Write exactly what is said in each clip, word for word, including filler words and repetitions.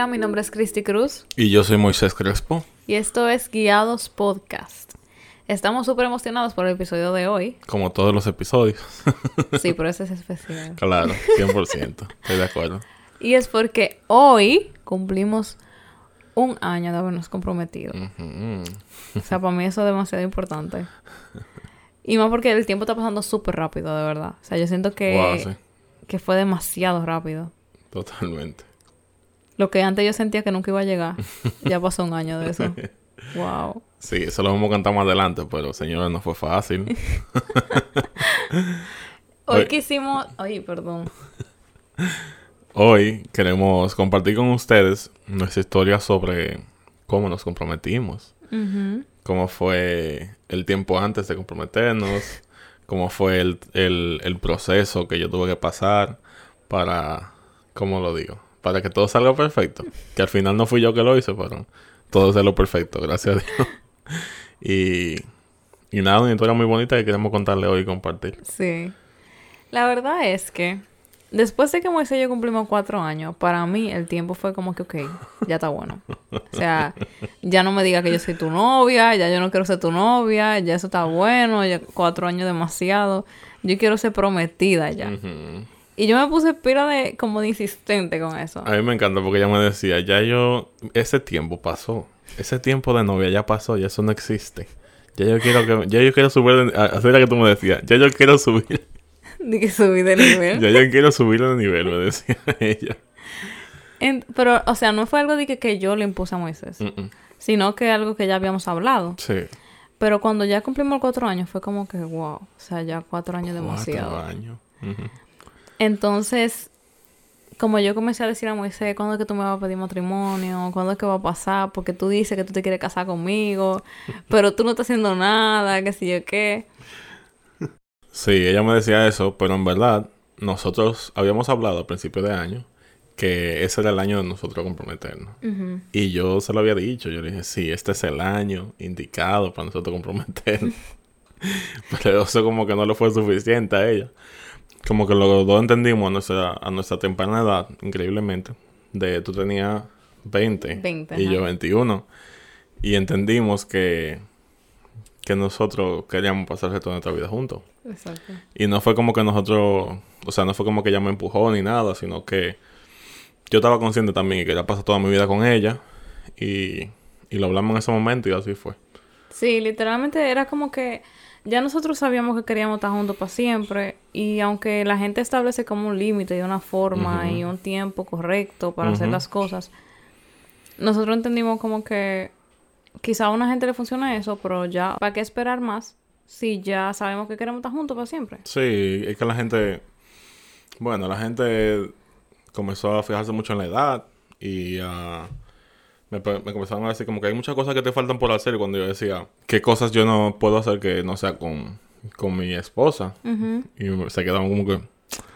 Hola, mi nombre es Cristi Cruz. Y yo soy Moisés Crespo. Y esto es Guiados Podcast. Estamos súper emocionados por el episodio de hoy. Como todos los episodios. Sí, pero ese es especial. Claro, cien por ciento. Estoy de acuerdo. Y es porque hoy cumplimos un año de habernos comprometido. Uh-huh. O sea, para mí eso es demasiado importante. Y más porque el tiempo está pasando súper rápido, de verdad. O sea, yo siento que, Wow, sí. que fue demasiado rápido. Totalmente. Lo que antes yo sentía que nunca iba a llegar, ya pasó un año de eso. Wow. Sí, eso lo vamos a cantar más adelante, pero señores, no fue fácil. Hoy Hoy- quisimos... Ay, perdón. Hoy queremos compartir con ustedes nuestra historia sobre cómo nos comprometimos. Uh-huh. Cómo fue el tiempo antes de comprometernos. Cómo fue el, el, el proceso que yo tuve que pasar para... ¿Cómo lo digo? Para que todo salga perfecto. Que al final no fui yo que lo hice, pero todo salió perfecto, gracias a Dios. y, y nada, una historia muy bonita que queremos contarle hoy y compartir. Sí. La verdad es que después de que Moisés y yo cumplimos cuatro años, para mí el tiempo fue como que, ok, ya está bueno. O sea, ya no me digas que yo soy tu novia, ya yo no quiero ser tu novia, ya eso está bueno, ya cuatro años demasiado. Yo quiero ser prometida ya. Uh-huh. Y yo me puse pila de, como de insistente con eso. A mí me encanta porque ella me decía, ya yo, ese tiempo pasó. Ese tiempo de novia ya pasó, ya eso no existe. Ya yo quiero que, ya yo quiero subir, de, así era que tú me decías, ya yo quiero subir. De que subí de nivel. Ya yo quiero subir de nivel, me decía ella. En- pero, o sea, no fue algo de que, que yo le impuse a Moisés, Uh-uh. sino que algo que ya habíamos hablado. Sí. Pero cuando ya cumplimos cuatro años, fue como que, wow, o sea, ya cuatro años demasiado. Cuatro años. Uh-huh. Entonces, como yo comencé a decir a Moisés, ¿cuándo es que tú me vas a pedir matrimonio? ¿Cuándo es que va a pasar? Porque tú dices que tú te quieres casar conmigo, pero tú no estás haciendo nada, que si yo qué. Sí, ella me decía eso, pero en verdad, nosotros habíamos hablado a principio de año que ese era el año de nosotros comprometernos. Uh-huh. Y yo se lo había dicho, yo le dije, sí, este es el año indicado para nosotros comprometernos. Pero eso como que no le fue suficiente a ella. Como que los dos entendimos a nuestra, a nuestra temprana edad, increíblemente, de tú tenías veinte, veinte, y ajá. yo veintiuno. Y entendimos que, que nosotros queríamos pasar el resto de nuestra vida juntos. Exacto. Y no fue como que nosotros, o sea, no fue como que ella me empujó ni nada, sino que yo estaba consciente también y quería pasar toda mi vida con ella. Y, y lo hablamos en ese momento y así fue. Sí, literalmente era como que ya nosotros sabíamos que queríamos estar juntos para siempre. Y aunque la gente establece como un límite y una forma Uh-huh. y un tiempo correcto para Uh-huh. hacer las cosas, nosotros entendimos como que quizá a una gente le funciona eso, pero ya, ¿para qué esperar más si ya sabemos que queremos estar juntos para siempre? Sí, es que la gente, bueno, la gente comenzó a fijarse mucho en la edad y uh, me, pe- me comenzaron a decir como que hay muchas cosas que te faltan por hacer. Y cuando yo decía, ¿qué cosas yo no puedo hacer que no sea con, con mi esposa? Uh-huh. Y me- se quedaban como que,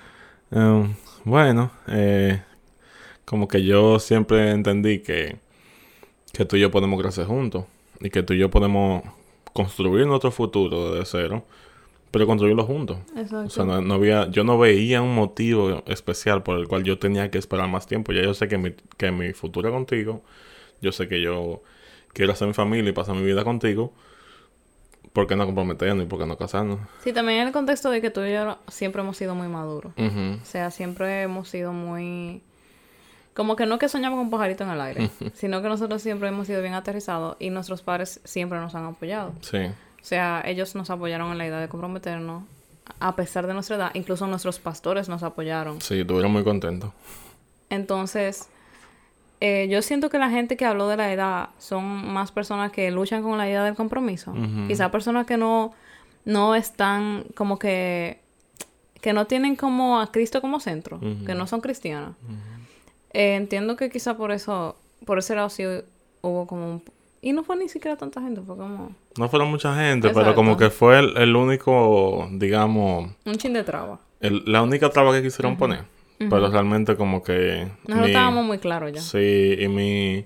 em, bueno, eh, como que yo siempre entendí que, que tú y yo podemos crecer juntos y que tú y yo podemos construir nuestro futuro desde cero, pero construirlo juntos. Exacto. O sea, no, no había, yo no veía un motivo especial por el cual yo tenía que esperar más tiempo. Ya yo sé que mi, que mi futuro es contigo. Yo sé que yo quiero hacer mi familia y pasar mi vida contigo. ¿Por qué no comprometernos y por qué no casarnos? Sí, también en el contexto de que tú y yo siempre hemos sido muy maduros. Uh-huh. O sea, siempre hemos sido muy... Como que no que soñamos con un pajarito en el aire, sino que nosotros siempre hemos sido bien aterrizados y nuestros padres siempre nos han apoyado. Sí. O sea, ellos nos apoyaron en la idea de comprometernos a pesar de nuestra edad. Incluso nuestros pastores nos apoyaron. Sí, estuvieron muy contentos. Entonces, eh, yo siento que la gente que habló de la edad son más personas que luchan con la idea del compromiso. Ujú. Quizá personas que no, no están como que... Que no tienen como a Cristo como centro. Ujú. Que no son cristianas. Eh, entiendo que quizá por eso... Por ese lado sí hubo como un... Y no fue ni siquiera tanta gente. Fue como... No fueron mucha gente, Exacto. pero como que fue el, el único, digamos, Un chin de traba. el, la única traba que quisieron poner. Ujú. Pero realmente como que... Nosotros mi- estábamos muy claros ya. Sí, y mi,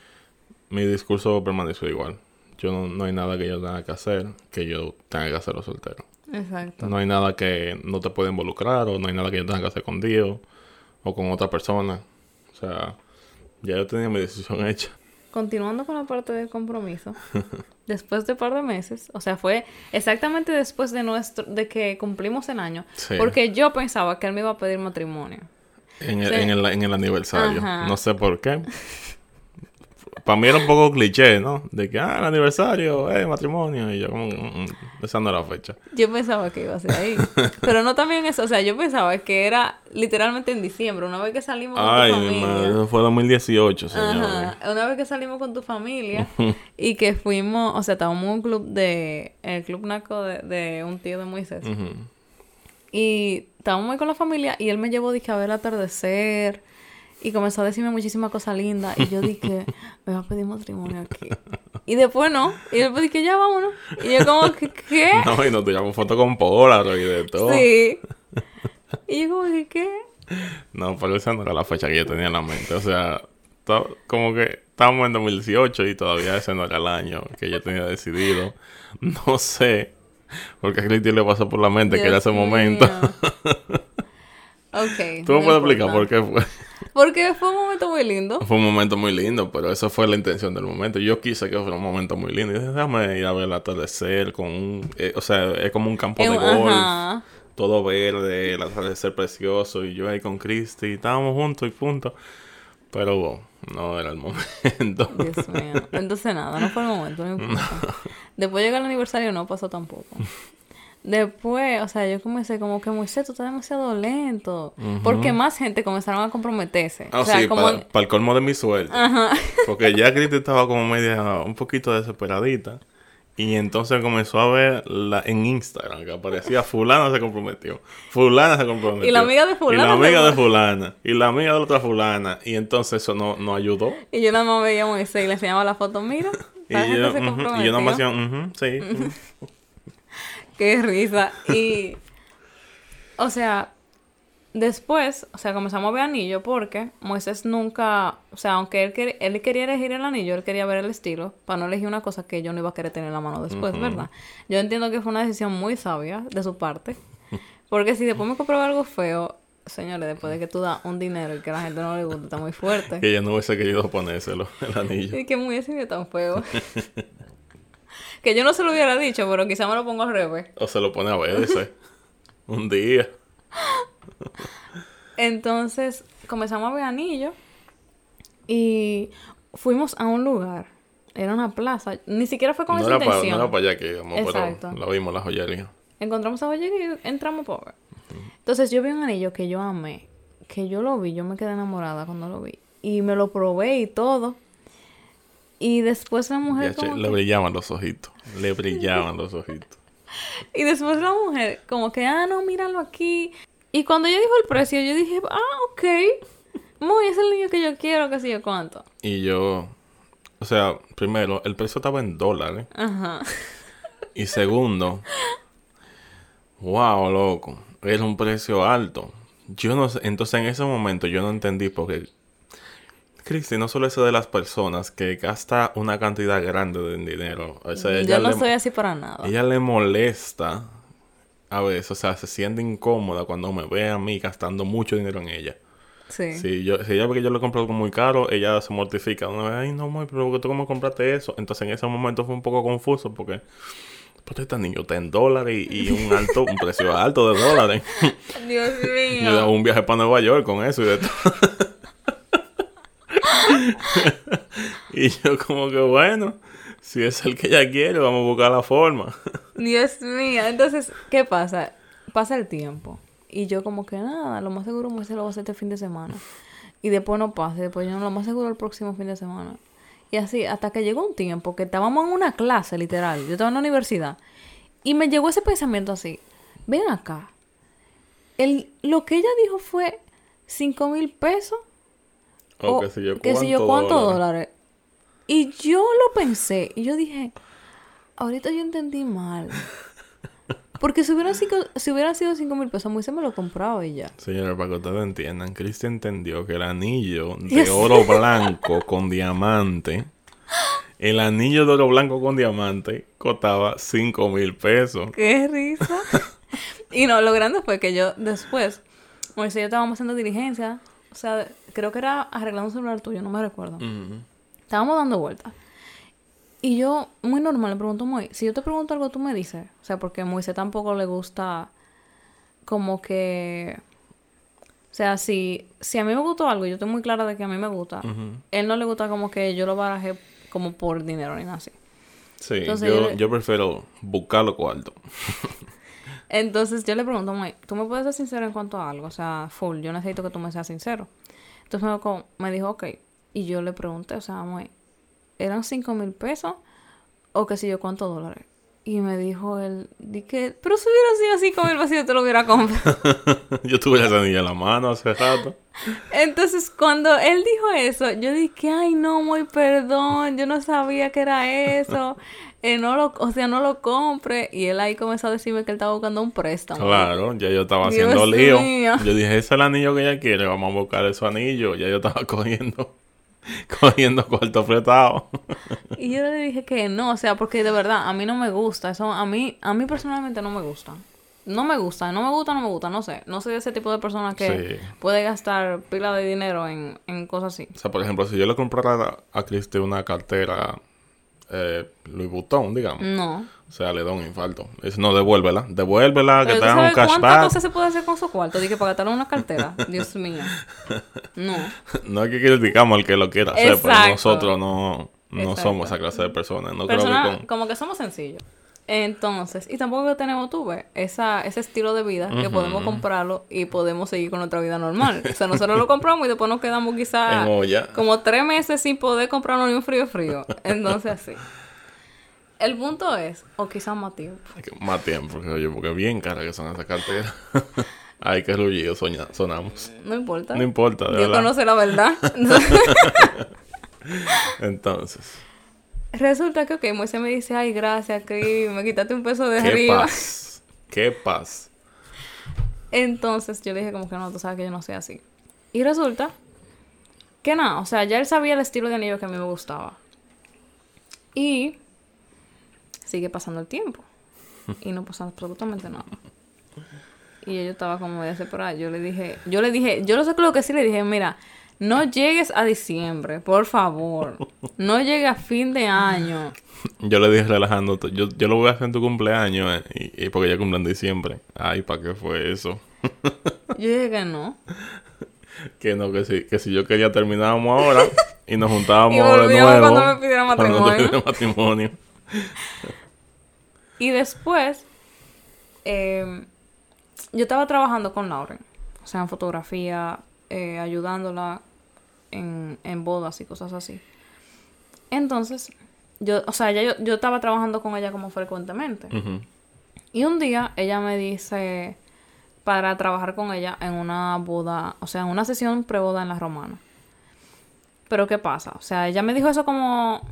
mi discurso permaneció igual. Yo no, no hay nada que yo tenga que hacer que yo tenga que hacerlo soltero. Exacto. No hay nada que no te pueda involucrar o no hay nada que yo tenga que hacer con Dios o con otra persona. O sea, Ya yo tenía mi decisión hecha. Continuando con la parte del compromiso, después de un par de meses, o sea, fue exactamente después de nuestro, de que cumplimos el año, Sí. porque yo pensaba que él me iba a pedir matrimonio. En el, Sí. en el, en el aniversario. Ajá. No sé por qué. Para mí era un poco cliché, ¿no? De que, ah, el aniversario, eh, matrimonio. Y yo como, mm, mm, esa no era la fecha. Yo pensaba que iba a ser ahí. Pero no también eso. O sea, yo pensaba que era literalmente en diciembre. Una vez que salimos con Ay, tu mi familia. madre, eso fue dos mil dieciocho, señor. Ajá. Una vez que salimos con tu familia. Y que fuimos... O sea, estábamos en un club de... El club naco de, de un tío de Moisés. Ujú. Y estábamos ahí con la familia. Y él me llevó, dije, a ver el atardecer. Y comenzó a decirme muchísimas cosas lindas. Y yo dije, me va a pedir matrimonio aquí. Y después no. Y después dije, ya vámonos. Y yo como, que, ¿qué? No, y nos tiramos fotos con Polaroid y de todo. Sí. Y yo como que, ¿qué? No, pero esa no era la fecha que yo tenía en la mente. O sea, to- como que estábamos en dos mil dieciocho y todavía ese no era el año que yo tenía decidido. No sé. Porque a Cristian le pasó por la mente que era ese Dios momento. mío. Ok. ¿Tú me no puedes explicar importa. por qué fue? Porque fue un momento muy lindo. Fue un momento muy lindo, pero esa fue la intención del momento. Yo quise que fuera un momento muy lindo. Y dije, déjame ir a ver el atardecer con un... eh, o sea, es como un campo de Eh, golf. Ajá. Todo verde, el atardecer precioso. Y yo ahí con Cristi. Estábamos juntos y punto. Pero bueno, no era el momento. Dios mío. Entonces nada, no fue el momento, no importa. Después llega el aniversario, no pasó tampoco. Después, o sea, yo comencé como que Moisés, tú estás demasiado lento. Ujú. Porque más gente comenzaron a comprometerse. Ah, o sea, sí, como... para, para el colmo de mi suerte. Ajá. Porque ya Cristi estaba como media, un poquito desesperadita. Y entonces comenzó a ver la, en Instagram que aparecía fulana se comprometió. Fulana se comprometió. Y la amiga de fulana Y la amiga se- de fulana. Y la amiga de la otra fulana. Y entonces eso no, no ayudó. Y yo nada más veía a Moisés y le enseñaba la foto. Mira, Y la gente yo, se ujú, comprometió. y yo nada más hacía, ujú, sí. ujú. Qué risa. Y... O sea... Después, o sea, comenzamos a ver anillo porque Moisés nunca... O sea, aunque él, quer- él quería elegir el anillo, él quería ver el estilo para no elegir una cosa que yo no iba a querer tener en la mano después, Ujú. ¿verdad? Yo entiendo que fue una decisión muy sabia de su parte. Porque si después me compraba algo feo... Señores, después de que tú das un dinero y que a la gente no le gusta, está muy fuerte. Que ella no hubiese querido ponérselo, el anillo. Y que muy ese tan feo. Que yo no se lo hubiera dicho, pero quizá me lo pongo al revés. O se lo pone a veces. Un día. Entonces, comenzamos a ver anillos y fuimos a un lugar. Era una plaza. Ni siquiera fue con No esa era, para, no intención. era para allá que íbamos, Exacto. pero la vimos la joyería. Encontramos a joyería y entramos por ver. Entonces, yo vi un anillo que yo amé. Que yo lo vi. Yo me quedé enamorada cuando lo vi. Y me lo probé y todo. Y después la mujer Ya, che, como le que... brillaban los ojitos. Le brillaban los ojitos. Y después la mujer como que, ah, no, míralo aquí. Y cuando ella dijo el precio, yo dije, ah, ok. Muy, es el niño que yo quiero, qué sé yo cuánto. Y yo... O sea, primero, el precio estaba en dólares. Ajá. Y segundo... Wow, loco. Era un precio alto. Yo no sé... Entonces, en ese momento, yo no entendí porque... Cristi no solo eso de las personas que gasta una cantidad grande de dinero. O sea, ella Yo no le, soy así para nada. ella le molesta a veces. O sea, se siente incómoda cuando me ve a mí gastando mucho dinero en ella. Sí. Si, yo, si ella ve que yo le compro algo muy caro, ella se mortifica. Una vez, ay, no, muy, pero ¿por qué tú cómo compraste eso? Entonces, en ese momento fue un poco confuso porque... Pues este niño está en dólares y, y un alto, un precio alto de dólares. Dios Yo hago mío. un viaje para Nueva York con eso y de todo. Y yo como que bueno, si es el que ella quiere, vamos a buscar la forma. Dios mío. Entonces, ¿qué pasa? Pasa el tiempo. Y yo como que nada, lo más seguro Moisés lo va a hacer este fin de semana. Y después no pasa. Y después yo no, lo más seguro el próximo fin de semana. Y así, hasta que llegó un tiempo que estábamos en una clase, literal. Yo estaba en la universidad. Y me llegó ese pensamiento así. Ven acá. El, lo que ella dijo fue cinco mil pesos. O qué sé yo, qué sé yo, ¿cuántos dólares? Y yo lo pensé. Y yo dije, ahorita yo entendí mal. Porque si hubieran sido, si hubieran sido cinco mil pesos, Moisés me lo compraba y ya. Señora, para que ustedes entiendan, Cristi entendió que el anillo de Yes. oro blanco con diamante, el anillo de oro blanco con diamante costaba cinco mil pesos. ¡Qué risa! Y no, lo grande fue que yo después, Moisés y yo estábamos haciendo diligencia o sea, creo que era arreglando un celular tuyo, no me recuerdo. Uh-huh. Estábamos dando vueltas. Y yo, muy normal, le pregunto a Moy, si yo te pregunto algo, tú me dices. O sea, porque a Moisés tampoco le gusta como que... O sea, si, si a mí me gustó algo, yo estoy muy clara de que a mí me gusta, Uh-huh. él no le gusta como que yo lo baraje como por dinero ni nada así. Sí, Entonces, yo, yo le- yo prefiero buscar los cuartos. Entonces yo le pregunto, Moy, ¿tú me puedes ser sincero en cuanto a algo? O sea, full, yo necesito que tú me seas sincero. Entonces me, dijo- me dijo, ok. Y yo le pregunté, o sea, Moy, ¿eran cinco mil pesos? O qué sé yo, ¿cuántos dólares? Y me dijo él, di que, pero si hubiera sido cinco mil pesos, yo te lo hubiera comprado. Yo tuve la anilla en la mano hace rato. Entonces, cuando él dijo eso, yo dije, ay, no, muy perdón, yo no sabía que era eso. Eh, no lo, o sea, no lo compre. Y él ahí comenzó a decirme que él estaba buscando un préstamo. Claro, ya yo estaba Dios haciendo lío. mío. Yo dije, ese es el anillo que ella quiere, vamos a buscar ese anillo. Ya yo estaba cogiendo, cogiendo cuarto apretado. Y yo le dije que no, o sea, porque de verdad, a mí no me gusta. Eso, a mí, a mí personalmente no me gusta. No me gusta, no me gusta, no me gusta, no sé. No soy de ese tipo de persona que Sí. puede gastar pila de dinero en, en cosas así. O sea, por ejemplo, si yo le comprara a, a Cristi una cartera eh, Louis Vuitton, digamos. No. O sea, le da un infarto. Dice, no, devuélvela. Devuélvela, que Pero te ¿tú hagan un sabes cuántas cashback. cosas se puede hacer con su cuarto? Dije, para gastarle una cartera. Dios mío. No. No es que criticamos al que lo quiera hacer, pero Exacto. nosotros no, no Exacto. somos esa clase de personas. No Persona, creo que con... como que somos sencillos. Entonces, y tampoco tenemos, tú ves, esa, ese estilo de vida que Ujú. podemos comprarlo y podemos seguir con nuestra vida normal. O sea, nosotros lo compramos y después nos quedamos quizás En olla. como tres meses sin poder comprarnos ni un frío frío. Entonces, así. El punto es, o quizás más tiempo. Hay que- Más tiempo, creo yo, porque bien cara que son esas carteras. Ay, qué rullido soña- sonamos. No importa. No importa, de Dios verdad. conoce la verdad. Entonces, Resulta que, ok, Moisés me dice, ay, gracias, Cris, me quitaste un peso de qué arriba. paz. Qué paz. Entonces yo le dije como que no, tú sabes que yo no soy así. Y resulta que nada, o sea, ya él sabía el estilo de anillo que a mí me gustaba. Y sigue pasando el tiempo. Y no pasa absolutamente nada. Y yo estaba como desesperada. Yo le dije, yo le dije, yo lo sé lo que sí le dije, mira, no llegues a diciembre, por favor. No llegues a fin de año. Yo le dije relajando, yo, yo lo voy a hacer en tu cumpleaños, eh, y, y porque ya cumple en diciembre. Ay, ¿para qué fue eso? Yo dije que no. Que no, que si, que si yo quería terminábamos ahora y nos juntábamos Y de volvíamos nuevo. cuando me pidieran cuando te matrimonio. pidieran matrimonio. Y después, eh, yo estaba trabajando con Lauren. O sea, en fotografía, eh, ayudándola en, en bodas y cosas así. Entonces, yo, o sea, ya yo, yo estaba trabajando con ella como frecuentemente. Ujú. Y un día ella me dice para trabajar con ella en una boda, o sea, en una sesión preboda en la Romana. Pero ¿qué pasa? O sea, ella me dijo eso como...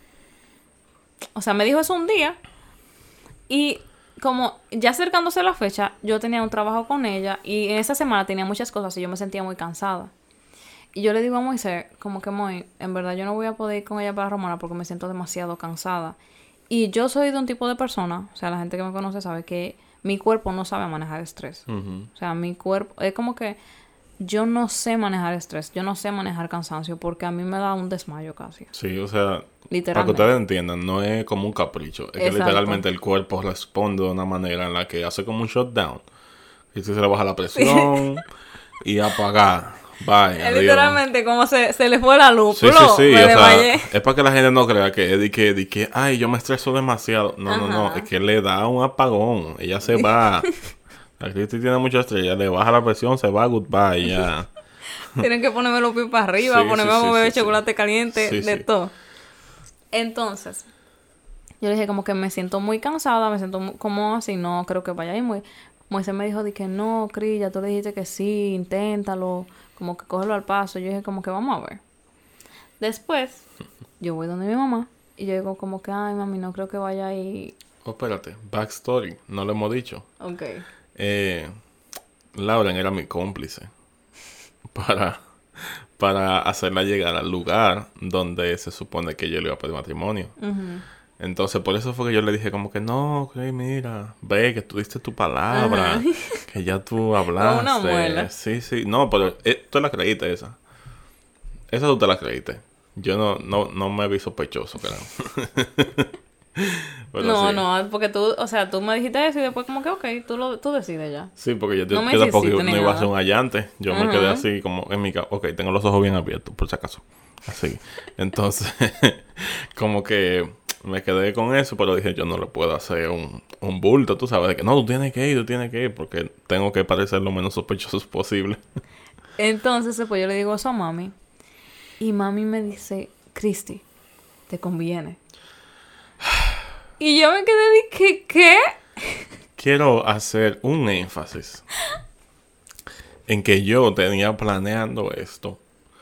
O sea, me dijo eso un día. Y como ya acercándose la fecha, yo tenía un trabajo con ella. Y en esa semana tenía muchas cosas y yo me sentía muy cansada. Y yo le digo a Moisés, como que Moy, en verdad yo no voy a poder ir con ella para la Romana porque me siento demasiado cansada. Y yo soy de un tipo de persona, o sea, la gente que me conoce sabe que mi cuerpo no sabe manejar estrés. Ujú. O sea, mi cuerpo, es como que yo no sé manejar estrés, yo no sé manejar cansancio porque a mí me da un desmayo casi. Sí, o sea, para que Literalmente. ustedes entiendan, no es como un capricho. Es que Exacto. literalmente el cuerpo responde de una manera en la que hace como un shutdown. Y si se le baja la presión y apagar. Bye, Es adiós. literalmente como se, se le fue la luz. Sí, sí, ¡Plop! sí. Me O sea, desmayé. es para que la gente no crea que es de que, de que, ay, yo me estreso demasiado. No, no, no. Ajá. Es que le da un apagón. Ella se va. La Cristi tiene mucha estrella. Le baja la presión, se va, goodbye, ya. Tienen que ponerme los pies para arriba, Sí, ponerme sí, a sí, mover sí, chocolate caliente, Sí, de sí. todo. Entonces, yo le dije como que me siento muy cansada, me siento mu- como así, no creo que vaya a ir muy... Moisés me dijo de que no, Cris, ya tú le dijiste que sí, inténtalo, como que cógelo al paso. Yo dije como que vamos a ver. Después, yo voy donde mi mamá y yo digo como que, ay, mami, no creo que vaya a ir. Oh, espérate. Backstory. No lo hemos dicho. Ok. Eh, Lauren era mi cómplice para, para hacerla llegar al lugar donde se supone que yo le iba a pedir matrimonio. Ujú. Entonces, por eso fue que yo le dije como que no, Cris, mira, ve que tú diste tu palabra. Ajá. Que ya tú hablaste. Una muela. Sí, sí. No, pero eh, tú la creíste esa. Esa tú te la creíste. Yo no, no, no me vi sospechoso, creo. No, sí. no, porque tú, o sea, tú me dijiste eso y después como que, ok, tú, lo, tú decides ya. Sí, porque yo, No yo, me yo tampoco hiciste no ni iba a nada. hacer un allante. Yo me Ajá. quedé así como en mi casa. Ok, tengo los ojos bien abiertos, por si acaso. Así. Entonces, como que me quedé con eso, pero dije, yo no le puedo hacer un, un bulto, tú sabes, de que no, tú tienes que ir, tú tienes que ir, porque tengo que parecer lo menos sospechoso posible. Entonces, pues yo le digo eso a mami. Y mami me dice, Cristi, te conviene. Y yo me quedé de que, ¿qué? Quiero hacer un énfasis en que yo tenía planeando esto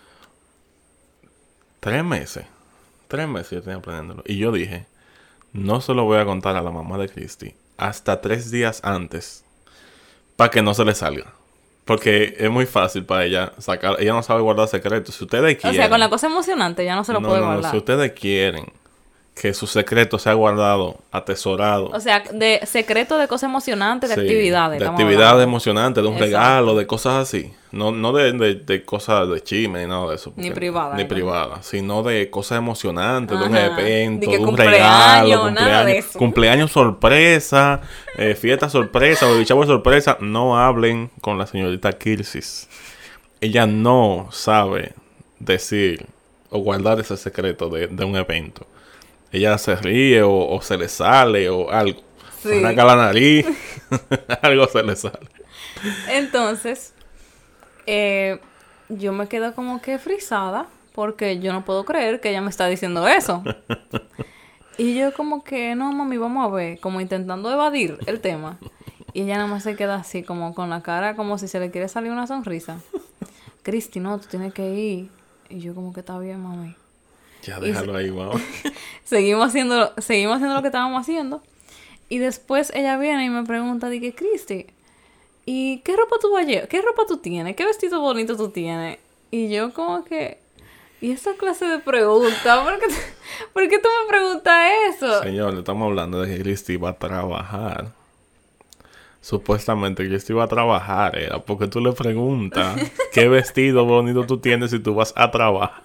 tres meses. Tres meses yo tenía planeándolo. Y yo dije, no se lo voy a contar a la mamá de Cristi hasta tres días antes para que no se le salga. Porque es muy fácil para ella sacar. Ella no sabe guardar secretos. Si ustedes quieren... O sea, con la cosa emocionante ya no se lo no, puede no, no. guardar. Si ustedes quieren que su secreto sea guardado, atesorado. O sea, de secreto de cosas emocionantes, de Sí, actividades. de estamos actividades hablando. emocionantes, de un Exacto. regalo, de cosas así. No, no de, de, de cosas de chisme ni nada de eso. Ni porque- privada, Ni ¿no? privada, sino de cosas emocionantes, de un Ajá. evento, De que de un cumpleaños, regalo, nada cumpleaños, de eso. cumpleaños sorpresa, eh, fiesta sorpresa, baby shower sorpresa. No hablen con la señorita Kirsis. Ella no sabe decir o guardar ese secreto de, de un evento. Ella se ríe o, o se le sale o algo. Sí. Se saca la nariz, algo se le sale. Entonces, eh, yo me quedo como que frisada porque yo no puedo creer que ella me está diciendo eso. Y yo como que, no, mami, vamos a ver, como intentando evadir el tema. Y ella nada más se queda así, como con la cara, como si se le quiere salir una sonrisa. Cristi, no, tú tienes que ir. Y yo como que está bien, mami. Ya déjalo ahí, wow. Seguimos haciendo, seguimos haciendo lo que estábamos haciendo. Y después ella viene y me pregunta, dije, Cristi, ¿y qué ropa tú vas a llevar? ¿Qué ropa tú tienes? ¿Qué vestido bonito tú tienes? Y yo como que, ¿y esa clase de pregunta? ¿Por qué, ¿por qué tú me preguntas eso? Señor, le estamos hablando de que Cristi iba a trabajar. Supuestamente Cristi iba a trabajar, era porque tú le preguntas qué vestido bonito tú tienes si tú vas a trabajar.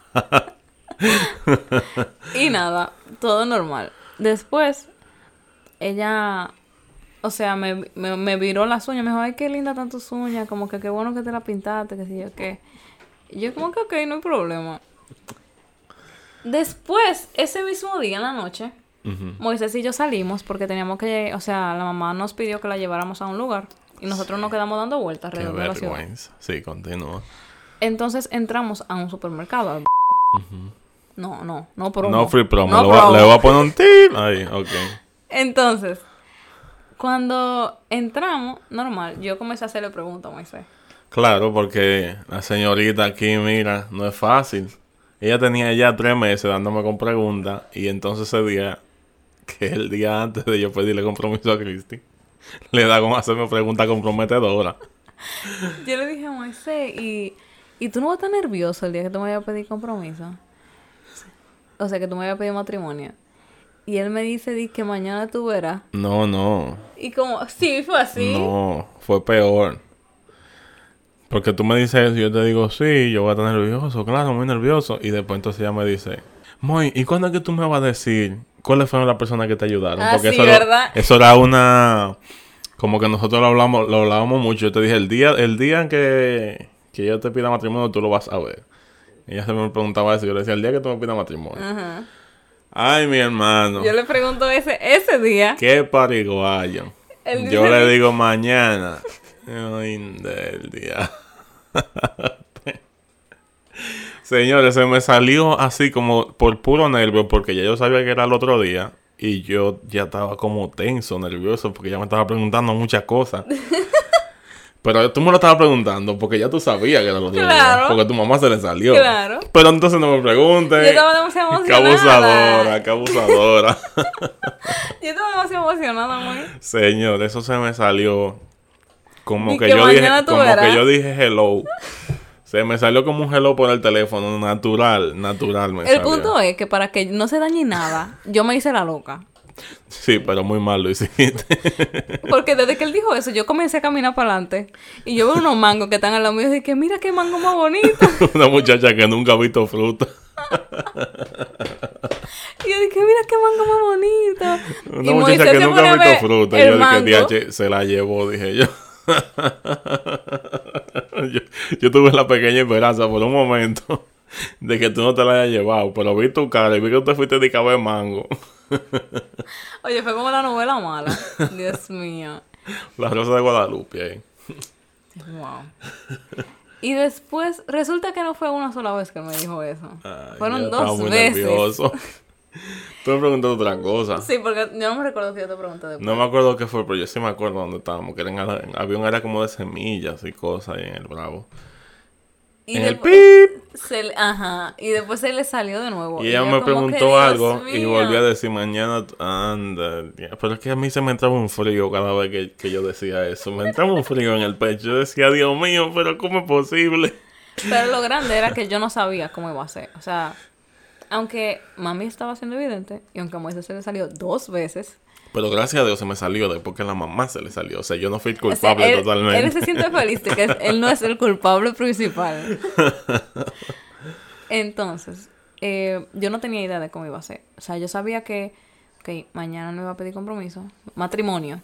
Y nada, todo normal. Después, ella, o sea, me, me, me viró las uñas. Me dijo, ay, qué linda están tus uñas. Como que qué bueno que te la pintaste, que sé yo qué. Y yo como que, ok, no hay problema. Después, ese mismo día en la noche, Ujú. Moisés y yo salimos porque teníamos que, o sea, la mamá nos pidió que la lleváramos a un lugar. Y nosotros nos quedamos dando vueltas Qué alrededor de la ciudad. vergüenza. Sí, continúa. Entonces entramos a un supermercado. al No, no, no promo. No free promo, No le, voy a, promo. le voy a poner un tip. Ahí, ok. Entonces, cuando entramos, normal, yo comencé a hacerle preguntas a Moisés. Claro, porque la señorita aquí, mira, no es fácil. Ella tenía ya tres meses dándome con preguntas. Y entonces ese día, que es el día antes de yo pedirle compromiso a Cristi, le da con hacerme preguntas comprometedoras. Yo le dije a Moisés, ¿y, ¿y tú no vas a estar nervioso el día que tú me vayas a pedir compromiso? O sea, que tú me vayas a pedir matrimonio. Y él me dice, di que mañana tú verás. No, no. Y como, sí, fue así. No, fue peor. Porque tú me dices eso y yo te digo, sí, yo voy a estar nervioso, claro, muy nervioso. Y después entonces ella me dice, Moy, ¿y cuándo es que tú me vas a decir cuáles fueron las personas que te ayudaron? Ah, Porque sí, eso, era, ¿verdad? eso era una... Como que nosotros lo hablamos, lo hablábamos mucho. Yo te dije, el día, el día en que, que yo te pida matrimonio, tú lo vas a ver. Ella se me preguntaba eso. Yo le decía, el día que tú me pidas matrimonio. Ajá. Ay, mi hermano. Yo le pregunto ese, ese día. Qué pariguayo. Él Yo dice le que- digo mañana. Ay, del día. Señores, se me salió así como por puro nervio, porque ya yo sabía que era el otro día. Y yo ya estaba como tenso, nervioso, porque ya me estaba preguntando muchas cosas. Pero tú me lo estabas preguntando porque ya tú sabías que era el otro Claro. día. Porque a tu mamá se le salió. Claro. Pero entonces no me preguntes. Yo estaba demasiado Qué emocionada. abusadora, qué abusadora. Yo estaba demasiado emocionada, muy. Señor, eso se me salió como Y que, que yo dije, mañana tú como verás. que yo dije hello. Se me salió como un hello por el teléfono, natural, natural me El salió. punto es que para que no se dañe nada, yo me hice la loca. Sí, pero muy mal lo hiciste. Porque desde que él dijo eso, yo comencé a caminar para adelante. Y yo veo unos mangos que están al lado mío y dije, mira qué mango más bonito. Una muchacha que nunca ha visto fruta. Y yo dije, mira qué mango más bonito. Una Y muchacha Moisés que se nunca pone ha a visto ver fruta. Y el yo dije, mango. D H, se la llevó, dije yo. yo. Yo tuve la pequeña esperanza por un momento de que tú no te la hayas llevado. Pero vi tu cara y vi que tú te fuiste de cabeza de mango. Oye, fue como la novela mala. Dios mío. La Rosa de Guadalupe ahí. Wow. Y después, resulta que no fue una sola vez que me dijo eso. Ay, Fueron yo dos estaba muy veces. nervioso. Tú me preguntas otra cosa. Sí, porque yo no me recuerdo si yo te pregunté después. No me acuerdo qué fue, pero yo sí me acuerdo dónde estábamos. Que era en, en avión era como de semillas y cosas ahí en el Bravo. Y en el después, pip. se le- ajá. Y después se le salió de nuevo. Y ella yo me como que, preguntó Dios algo y mío. volvió a decir mañana, anda. Pero es que a mí se me entraba un frío cada vez que, que yo decía eso. Me entraba un frío en el pecho. Yo decía, Dios mío, pero ¿cómo es posible? Pero lo grande era que yo no sabía cómo iba a ser. O sea, aunque mami estaba siendo evidente y aunque a Moisés se le salió dos veces. Pero gracias a Dios se me salió después que a la mamá se le salió. O sea, yo no fui O sea, culpable él, totalmente. él se siente feliz de que él no es el culpable principal. Entonces, eh, yo no tenía idea de cómo iba a ser. O sea, yo sabía que, ok, mañana no iba a pedir compromiso, matrimonio,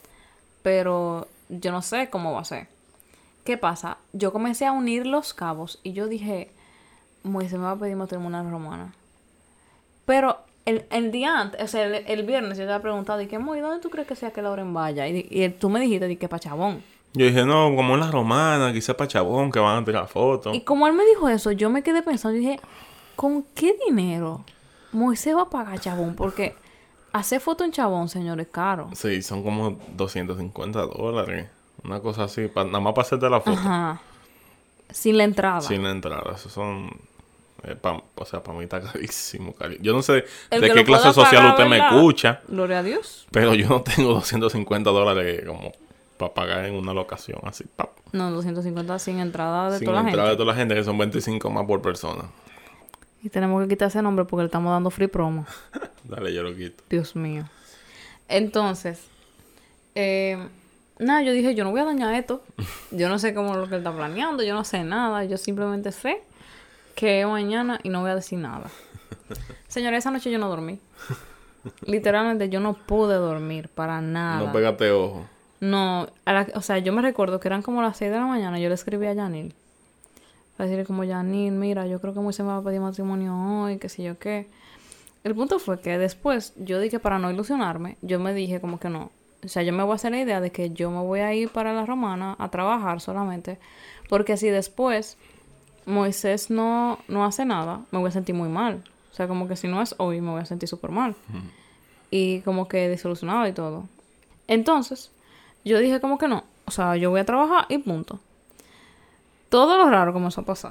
pero yo no sé cómo va a ser. ¿Qué pasa? Yo comencé a unir los cabos y yo dije, Moisés me va a pedir matrimonio romana. Pero el, el día antes, o sea, el, el viernes yo te había preguntado, y que, Moy, ¿dónde tú crees que sea que Lauren vaya? Y, y tú me dijiste, di que pa' Chabón. Yo dije, no, como en la romana, quizás para Chabón, que van a tirar fotos. Y como él me dijo eso, yo me quedé pensando y dije, ¿con qué dinero Moisés va a pagar Chabón? Porque hacer foto en Chabón, señores, es caro. Sí, son como doscientos cincuenta dólares. Una cosa así, pa, nada más para hacerte la foto. Ajá. Sin la entrada. Sin la entrada. Esos son... Eh, pa, o sea, para mí está carísimo, cari. Yo no sé El de que qué lo clase pueda social pagar, usted ¿verdad? me escucha. Gloria a Dios. Pero yo no tengo doscientos cincuenta dólares como para pagar en una locación así. Pap. No, doscientos cincuenta sin entrada de Sin toda la entrada gente. de toda la gente, que son veinticinco más por persona. Y tenemos que quitar ese nombre porque le estamos dando free promo. Dale, yo lo quito. Dios mío. Entonces, eh, nada, yo dije, yo no voy a dañar esto. Yo no sé cómo es lo que él está planeando, yo no sé nada. Yo simplemente sé que es mañana y no voy a decir nada. Señora, esa noche yo no dormí. Literalmente yo no pude dormir para nada. No pégate ojo. No, a la- o sea, yo me recuerdo que eran como las seis de la mañana. Yo le escribí a Yanil. Para decirle como, Yanil, mira, yo creo que Moisés me va a pedir matrimonio hoy, qué sé yo qué. El punto fue que después, yo dije para no ilusionarme, yo me dije como que no. O sea, yo me voy a hacer la idea de que yo me voy a ir para la romana a trabajar solamente. Porque si después Moisés no, no hace nada, me voy a sentir muy mal. O sea, como que si no es hoy, me voy a sentir súper mal. Uh-huh. Y como que desilusionado y todo. Entonces, yo dije como que no. O sea, yo voy a trabajar y punto. Todo lo raro comenzó a pasar.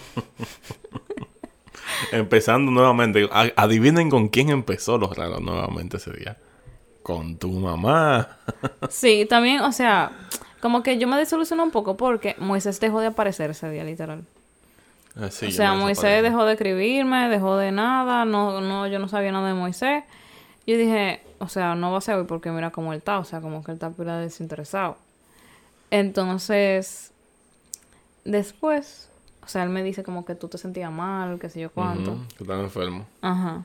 Empezando nuevamente. A- adivinen con quién empezó lo raro nuevamente ese día. Con tu mamá. Sí, también, o sea, como que yo me desilusioné un poco porque Moisés dejó de aparecer ese día, literal. Así, o yo sea, me Moisés desaparecí. dejó de escribirme, dejó de nada, no, no, yo no sabía nada de Moisés. Yo dije, o sea, no va a ser hoy porque mira cómo él está, o sea, como que él está pila desinteresado. Entonces, después, o sea, él me dice como que tú te sentías mal, qué sé yo cuánto. Uh-huh, que están enfermo. Ajá.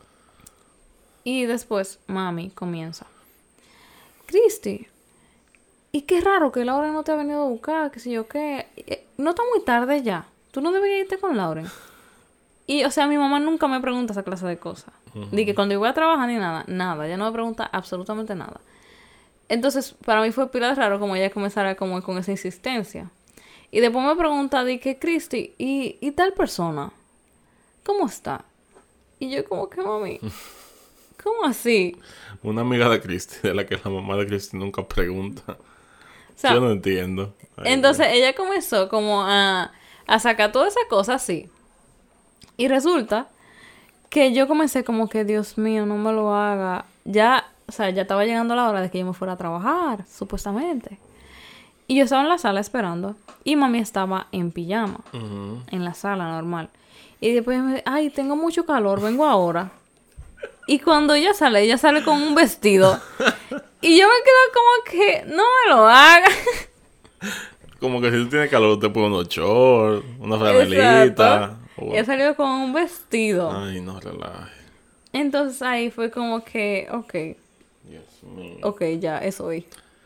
Y después, mami comienza. Cristi, y qué raro que Lauren no te ha venido a buscar, qué sé yo qué. Eh, No está muy tarde ya. Tú no deberías irte con Lauren. Y, o sea, mi mamá nunca me pregunta esa clase de cosas. Uh-huh. Ni que cuando yo voy a trabajar ni nada. Nada. Ella no me pregunta absolutamente nada. Entonces, para mí fue pila de raro como ella comenzara como con esa insistencia. Y después me pregunta, di que, Cristi, ¿y, ¿y tal persona? ¿Cómo está? Y yo como que, mami, ¿cómo así? Una amiga de Cristi, de la que la mamá de Cristi nunca pregunta. O sea, yo no entiendo. Ay, entonces ella comenzó como a, a sacar toda esa cosa así. Y resulta que yo comencé como que, Dios mío, no me lo haga. Ya, o sea, ya estaba llegando la hora de que yo me fuera a trabajar, supuestamente. Y yo estaba en la sala esperando. Y mami estaba en pijama. Uh-huh. En la sala normal. Y después me dice, ay, tengo mucho calor, vengo ahora. Y cuando ella sale, ella sale con un vestido. Y yo me quedo como que, no me lo haga. Como que si tú tienes calor, te pones unos shorts, una franelita. O... Ella salió con un vestido. Ay, no relaje. Entonces ahí fue como que, ok. Dios mío. Ok, ya, es hoy.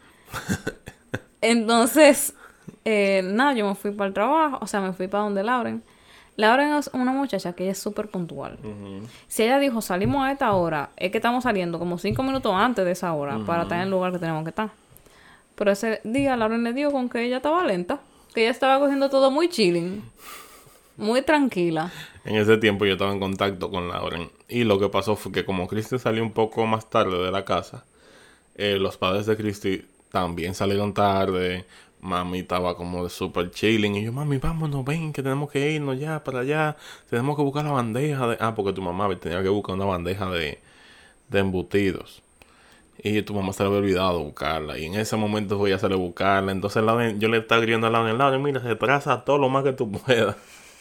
Entonces, eh, nada, yo me fui para el trabajo. O sea, me fui para donde Lauren. Lauren es una muchacha que ella es súper puntual. Uh-huh. Si ella dijo, salimos a esta hora, es que estamos saliendo como cinco minutos antes de esa hora uh-huh. para estar en el lugar que tenemos que estar. Pero ese día Lauren le dio con que ella estaba lenta. Que ella estaba cogiendo todo muy chilling. Muy tranquila. En ese tiempo yo estaba en contacto con Lauren. Y lo que pasó fue que como Christy salió un poco más tarde de la casa, eh, los padres de Christy también salieron tarde. Mami estaba como de super chilling. Y yo, mami, vámonos, ven, que tenemos que irnos ya para allá. Tenemos que buscar la bandeja de... Ah, porque tu mamá tenía que buscar una bandeja de, de embutidos. Y tu mamá se le había olvidado buscarla. Y en ese momento voy a hacerle buscarla. Entonces Lauren, yo le estaba gritando a Lauren, Lauren, mira, retrasa todo lo más que tú puedas.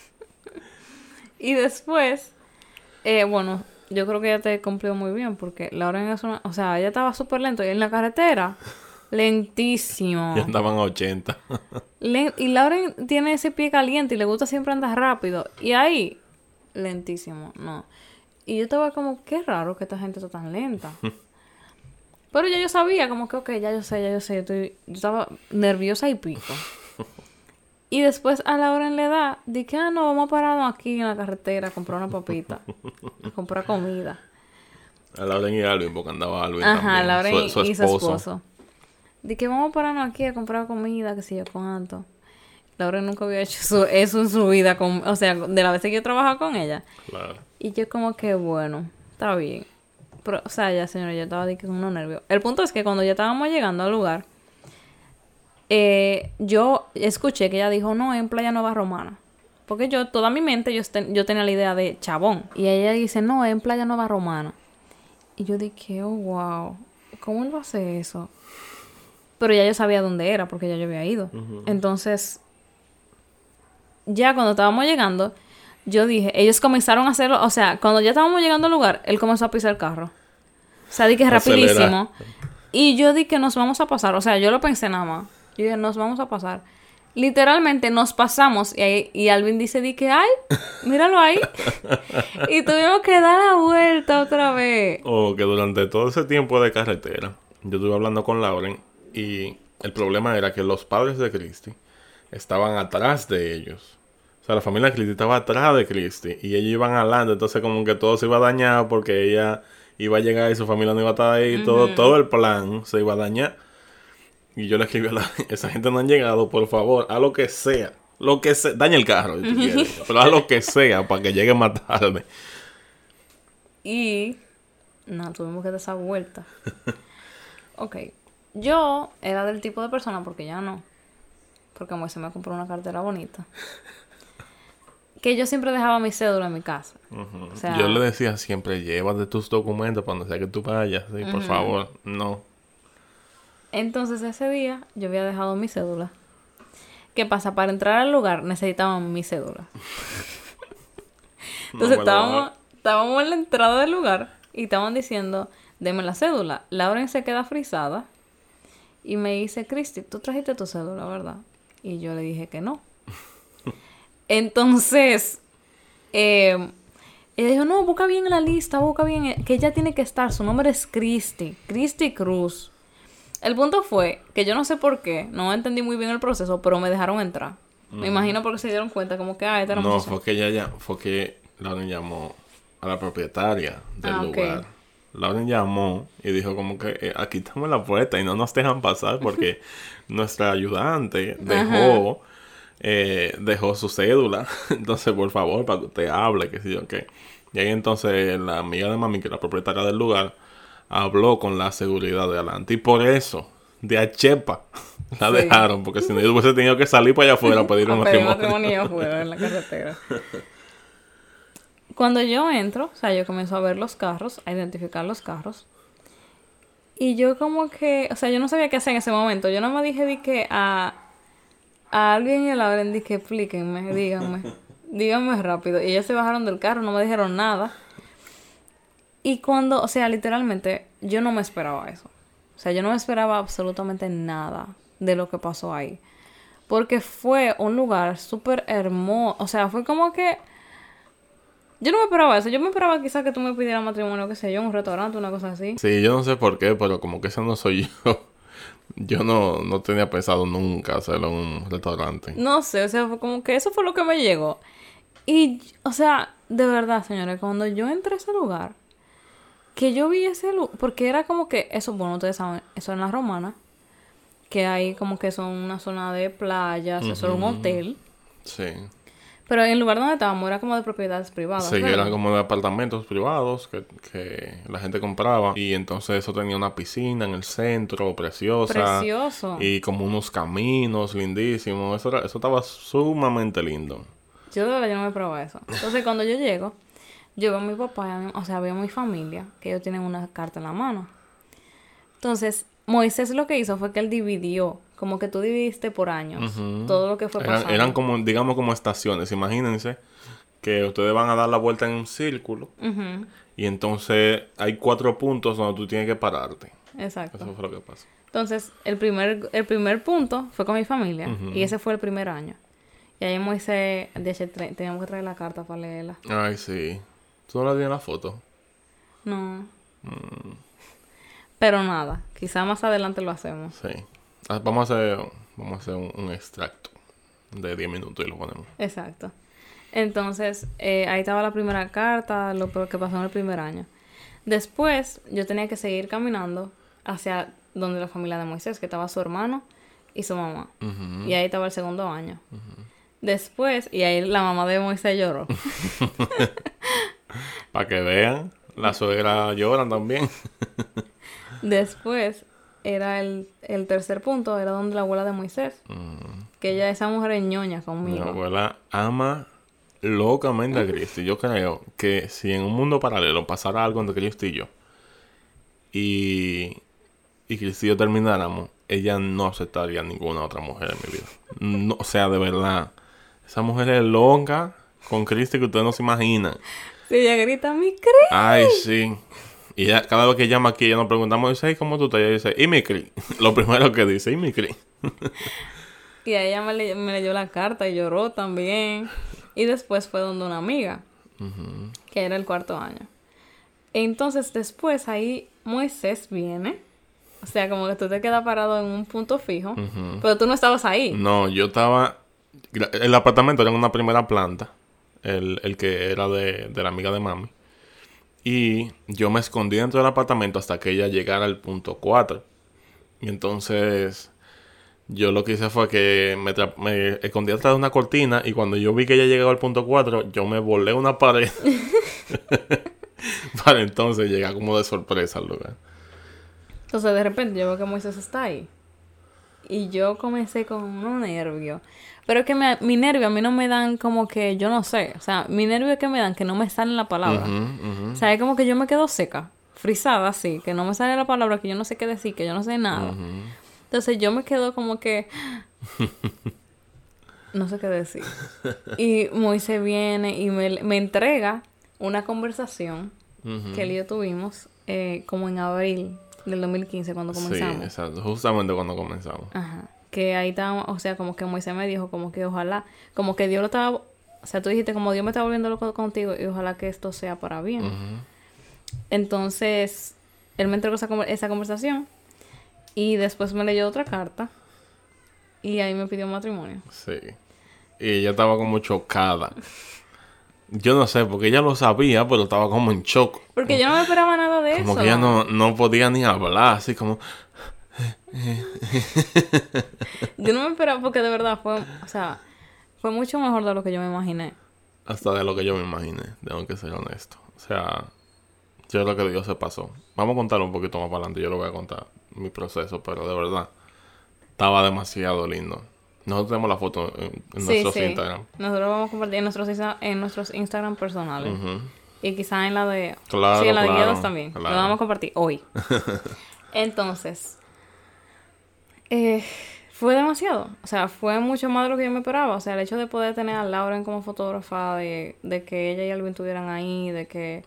Y después, eh, bueno, yo creo que ella te cumplió muy bien. Porque Lauren es una... O sea, ella estaba súper lento. Y en la carretera, lentísimo. Ya andaban a ochenta. Len- y Lauren tiene ese pie caliente y le gusta siempre andar rápido. Y ahí, lentísimo, no. Y yo estaba como, qué raro que esta gente está tan lenta. Pero ya yo sabía, como que, ok, ya yo sé, ya yo sé. Yo, estoy, yo estaba nerviosa y pico. Y después a Lauren le da, dije, ah, no, vamos a pararnos aquí en la carretera a comprar una papita. A comprar comida. A Lauren y Alvin, porque andaba Alvin Ajá, también. Lauren su, su y su esposo. esposo. Dije, vamos a pararnos aquí a comprar comida, que sé yo, cuánto. Lauren nunca había hecho eso, eso en su vida, con, o sea, de la vez que yo trabajaba con ella. Claro. Y yo como que, bueno, está bien. Pero, o sea, ya, señora, yo estaba de que con unos nervios. El punto es que cuando ya estábamos llegando al lugar, eh, yo escuché que ella dijo, no, en Playa Nueva Romana. Porque yo, toda mi mente, yo, ten, yo tenía la idea de Chabón. Y ella dice, no, en Playa Nueva Romana. Y yo dije, oh, wow, ¿cómo él va a hacer eso? Pero ya yo sabía dónde era, porque ya yo había ido. Uh-huh. Entonces, ya cuando estábamos llegando, yo dije, ellos comenzaron a hacerlo, o sea, cuando ya estábamos llegando al lugar, él comenzó a pisar el carro. O sea, dije rapidísimo. Y yo dije, nos vamos a pasar. O sea, yo lo pensé nada más. Yo dije, nos vamos a pasar. Literalmente nos pasamos. Y, ahí, y Alvin dice, dije, ay, míralo ahí. Y tuvimos que dar la vuelta otra vez. O que durante todo ese tiempo de carretera, yo estuve hablando con Lauren. Y el problema era que los padres de Christy estaban atrás de ellos. O sea, la familia de Christy estaba atrás de Christy. Y ellos iban adelante. Entonces como que todo se iba a dañar porque ella iba a llegar y su familia no iba a estar ahí. Uh-huh. Todo, todo el plan se iba a dañar. Y yo le escribí a la... Esa gente no han llegado, por favor. Haz lo que sea. Lo que sea. Daña el carro si tú quieres. Pero haz lo que sea para que llegue más tarde. Y... No, tuvimos que dar esa vuelta. Ok. Yo era del tipo de persona, porque ya no, porque como se me compró una cartera bonita, que yo siempre dejaba mi cédula en mi casa. Uh-huh. O sea, yo le decía siempre, llévate tus documentos para donde sea que tú vayas, ¿sí? Uh-huh. Por favor, no. Entonces ese día yo había dejado mi cédula. ¿Qué pasa? Para entrar al lugar necesitaban mi cédula. Entonces no estábamos, estábamos en la entrada del lugar y estaban diciendo, deme la cédula. Lauren se queda frisada. Y me dice, Christy, tú trajiste tu cédula, ¿verdad? Y yo le dije que no. Entonces, eh, ella dijo, no, busca bien la lista, busca bien, que ella tiene que estar, su nombre es Christy, Christy Cruz. El punto fue que yo no sé por qué, no entendí muy bien el proceso, pero me dejaron entrar. Mm. Me imagino porque se dieron cuenta, como que, ah, esta era No, fue que ella ya, fue que Lauren llamó a la propietaria del ah, lugar. Okay. Lauren llamó y dijo como que eh, aquí estamos en la puerta y no nos dejan pasar porque nuestra ayudante dejó eh, dejó su cédula. Entonces, por favor, para que usted hable, que si yo qué. Y ahí entonces la amiga de mami, que es la propietaria del lugar, habló con la seguridad de adelante. Y por eso, de a chepa, la sí. dejaron. Porque si no, yo hubiese tenido que salir para allá afuera a pedir un matrimonio. matrimonio afuera en la carretera. Cuando yo entro, o sea, yo comienzo a ver los carros, a identificar los carros. Y yo como que, o sea, yo no sabía qué hacer en ese momento. Yo no me dije, di que a, a alguien y a Lauren, di que explíquenme, díganme, díganme rápido. Y ellos se bajaron del carro, no me dijeron nada. Y cuando, o sea, literalmente, yo no me esperaba eso. O sea, yo no me esperaba absolutamente nada de lo que pasó ahí. Porque fue un lugar súper hermoso. O sea, fue como que... Yo no me esperaba eso. Yo me esperaba quizás que tú me pidieras matrimonio, qué sé yo, en un restaurante, una cosa así. Sí, yo no sé por qué, pero como que ese no soy yo. Yo no, no tenía pensado nunca hacerlo en un restaurante. No sé, o sea, fue como que eso fue lo que me llegó. Y, o sea, de verdad, señores, cuando yo entré a ese lugar, que yo vi ese lugar, porque era como que, eso, bueno, ustedes saben, eso en La Romana, que hay como que son una zona de playas, Uh-huh. eso era un hotel. Sí. Pero el lugar donde estábamos era como de propiedades privadas. Sí, ¿verdad? eran como de apartamentos privados que, que la gente compraba. Y entonces eso tenía una piscina en el centro, preciosa. Precioso. Y como unos caminos lindísimos. Eso, era, eso estaba sumamente lindo. Yo de verdad yo no me esperaba eso. Entonces cuando yo llego, yo veo a mi papá, y a mi- o sea, veo a mi familia, que ellos tienen una carta en la mano. Entonces, Moisés lo que hizo fue que él dividió, como que tú dividiste por años, Uh-huh. todo lo que fue Eran, pasando. eran como, digamos, como estaciones. Imagínense que ustedes van a dar la vuelta en un círculo. Ujú. Y entonces hay cuatro puntos donde tú tienes que pararte. Exacto. Eso fue lo que pasó. Entonces, el primer, el primer punto fue con mi familia. Ujú. Y ese fue el primer año. Y ahí Moisés, de hecho, tra- teníamos que traer la carta para leerla. Ay, sí. ¿Tú no la tienes la foto? No. Mm, Pero nada, quizá más adelante lo hacemos. sí. Ah, Vamos a hacer, vamos a hacer un, un extracto de diez minutos y lo ponemos. Exacto. Entonces, eh, ahí estaba la primera carta, lo que pasó en el primer año. Después, yo tenía que seguir caminando hacia donde la familia de Moisés, que estaba su hermano y su mamá. Ujú. Y ahí estaba el segundo año. Después, y ahí la mamá de Moisés lloró. Para que vean, la suegra lloran también. Después, era el, el tercer punto, era donde la abuela de Moisés. Mm. Que ella, esa mujer es ñoña Mi conmigo. abuela ama locamente a Cristo. Y yo creo que si en un mundo paralelo pasara algo entre Cristo y yo, y, y Cristo y yo termináramos, ella no aceptaría ninguna otra mujer en mi vida. No, o sea, de verdad. Esa mujer es loca con Cristo que ustedes no se imaginan. Sí, ella grita, mi Cristo. Ay, sí. Y ella, cada vez que llama aquí, ella nos preguntamos, dice, "Ay, ¿cómo tú estás?" Y ella dice, ¿y mi Cri? Lo primero que dice, ¿y mi Cri? Y a ella me, le- me leyó la carta y lloró también. Y después fue donde una amiga, Ujú. que era el cuarto año. Entonces después ahí Moisés viene. O sea, como que tú te quedas parado en un punto fijo. Ujú. Pero tú no estabas ahí. No, yo estaba... El apartamento era en una primera planta. El, el que era de, de la amiga de mami. Y yo me escondí dentro del apartamento hasta que ella llegara al punto cuatro. Y entonces... Yo lo que hice fue que me, tra- me escondí atrás de una cortina. Y cuando yo vi que ella llegaba al punto cuatro, yo me volé una pared. Para entonces llegar como de sorpresa al lugar. Entonces de repente yo veo que Moisés está ahí. Y yo comencé con unos nervios. Pero es que me, mi nervio a mí no me dan como que, yo no sé. O sea, mi nervio es que me dan que no me salen la palabra. Ujú, ujú. O sea, es como que yo me quedo seca, frisada así, que no me sale la palabra, que yo no sé qué decir, que yo no sé nada. Ujú. Entonces yo me quedo como que... no sé qué decir. Y Moisés viene y me, me entrega una conversación Ujú. que él y yo tuvimos eh, como en abril del dos mil quince cuando comenzamos. Sí, exacto. Justamente cuando comenzamos. Ajá. Que ahí estábamos, o sea, como que Moisés me dijo como que ojalá, como que Dios lo estaba, o sea, tú dijiste como Dios me está volviendo loco contigo y ojalá que esto sea para bien. Ujú. Entonces, él me entregó esa, conver- esa conversación y después me leyó otra carta y ahí me pidió matrimonio. Sí. Y ella estaba como chocada. Yo no sé, porque ella lo sabía, pero estaba como en shock. Porque yo no me esperaba nada de Como eso. que ella no, no podía ni hablar, así como... Yo no me esperaba porque de verdad fue, o sea, fue mucho mejor de lo que yo me imaginé. Hasta de lo que yo me imaginé, tengo que ser honesto. O sea, yo creo que Dios se pasó. Vamos a contar un poquito más para adelante, yo le voy a contar mi proceso, pero de verdad, estaba demasiado lindo. Nosotros tenemos la foto en, en Sí, nuestros sí. Instagram. Nosotros vamos a compartir en nuestros, Insta- en nuestros Instagram personales. Ujú. Y quizá en la de... Claro, sí, en la de claro, guiados también. claro. Lo vamos a compartir hoy. Entonces... Eh, fue demasiado. O sea, fue mucho más de lo que yo me esperaba. O sea, el hecho de poder tener a Lauren como fotógrafa, de, de que ella y Alvin estuvieran ahí, de que...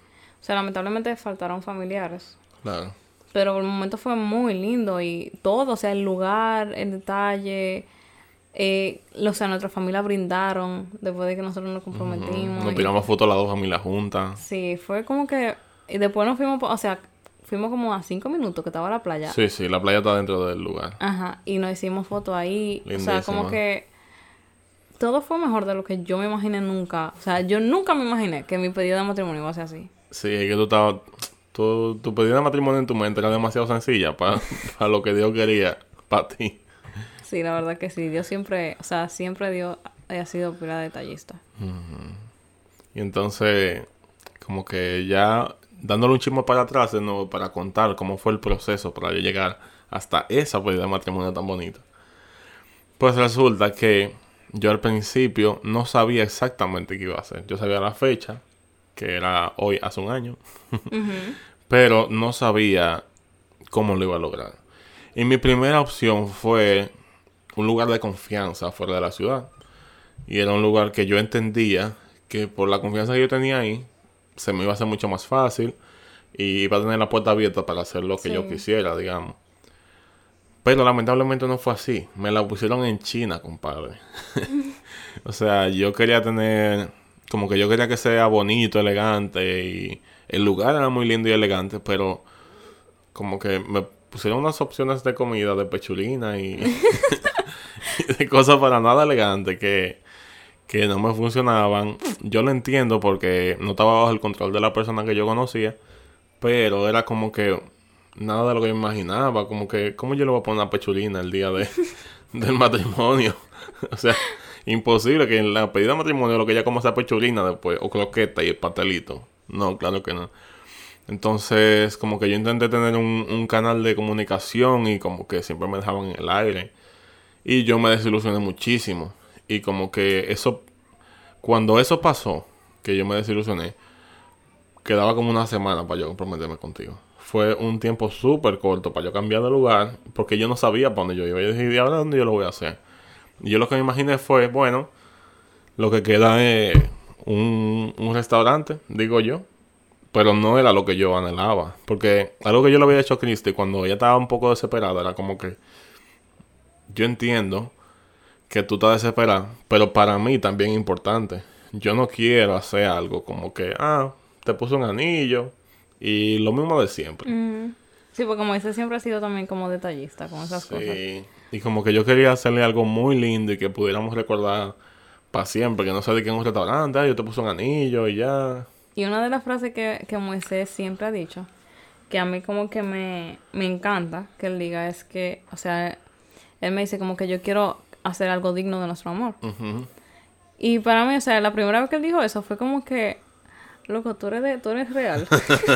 O sea, lamentablemente faltaron familiares. Claro. Pero el momento fue muy lindo y todo, o sea, el lugar, el detalle, eh, o sea, nuestra familia brindaron después de que nosotros nos comprometimos. Uh-huh. Nos y, tiramos fotos las dos familias juntas. Sí, fue como que... Y después nos fuimos, o sea, fuimos como a cinco minutos que estaba la playa. Sí, sí, la playa está dentro del lugar. Ajá, y nos hicimos fotos ahí. Lindísima. O sea, como que todo fue mejor de lo que yo me imaginé nunca. O sea, yo nunca me imaginé que mi pedido de matrimonio iba a ser así. Sí, es que tú estabas... Tu, tu pedido de matrimonio en tu mente era demasiado sencilla para lo que Dios quería para ti. Sí, la verdad que sí. Dios siempre... O sea, siempre Dios ha sido pila detallista. Uh-huh. Y entonces, como que ya... Dándole un chisme para atrás de nuevo para contar cómo fue el proceso para yo llegar hasta esa pedida de matrimonio tan bonita. Pues resulta que yo al principio no sabía exactamente qué iba a hacer. Yo sabía la fecha, que era hoy, hace un año. Uh-huh. Pero no sabía cómo lo iba a lograr. Y mi primera opción fue un lugar de confianza fuera de la ciudad. Y era un lugar que yo entendía que por la confianza que yo tenía ahí, se me iba a hacer mucho más fácil y iba a tener la puerta abierta para hacer lo que sí. yo quisiera, digamos. Pero lamentablemente no fue así. Me la pusieron en China, compadre. O sea, yo quería tener... Como que yo quería que sea bonito, elegante. Y el lugar era muy lindo y elegante, pero... Como que me pusieron unas opciones de comida, de pechulina y... y de cosas para nada elegantes que... que no me funcionaban. Yo lo entiendo porque no estaba bajo el control de la persona que yo conocía, pero era como que nada de lo que yo imaginaba, como que ¿cómo yo le voy a poner una pechulina el día de del matrimonio? O sea, imposible que en la pedida de matrimonio lo que ella coma sea pechulina después, o croqueta y el pastelito. No, claro que no. Entonces, como que yo intenté tener un, un canal de comunicación y como que siempre me dejaban en el aire. Y yo me desilusioné muchísimo. Y como que eso, cuando eso pasó, que yo me desilusioné, quedaba como una semana para yo comprometerme contigo. Fue un tiempo súper corto para yo cambiar de lugar, porque yo no sabía para dónde yo iba. Y decidí, ahora dónde yo lo voy a hacer. Y yo lo que me imaginé fue, bueno, lo que queda es un, un restaurante, digo yo. Pero no era lo que yo anhelaba. Porque algo que yo le había hecho a Cristi cuando ella estaba un poco desesperada era como que yo entiendo que tú estás desesperada, pero para mí también es importante. Yo no quiero hacer algo como que, ah, te puse un anillo y lo mismo de siempre. Mm. Sí, porque como dice, siempre ha sido también como detallista con esas sí. cosas. Sí, y como que yo quería hacerle algo muy lindo y que pudiéramos recordar para siempre, que no sea de que en un restaurante, ah, yo te puse un anillo y ya. Y una de las frases que, que Moisés siempre ha dicho, que a mí como que me, me encanta que él diga, es que, o sea, él me dice como que yo quiero hacer algo digno de nuestro amor. Uh-huh. Y para mí, o sea, la primera vez que él dijo eso fue como que, loco, tú eres, de, tú eres real.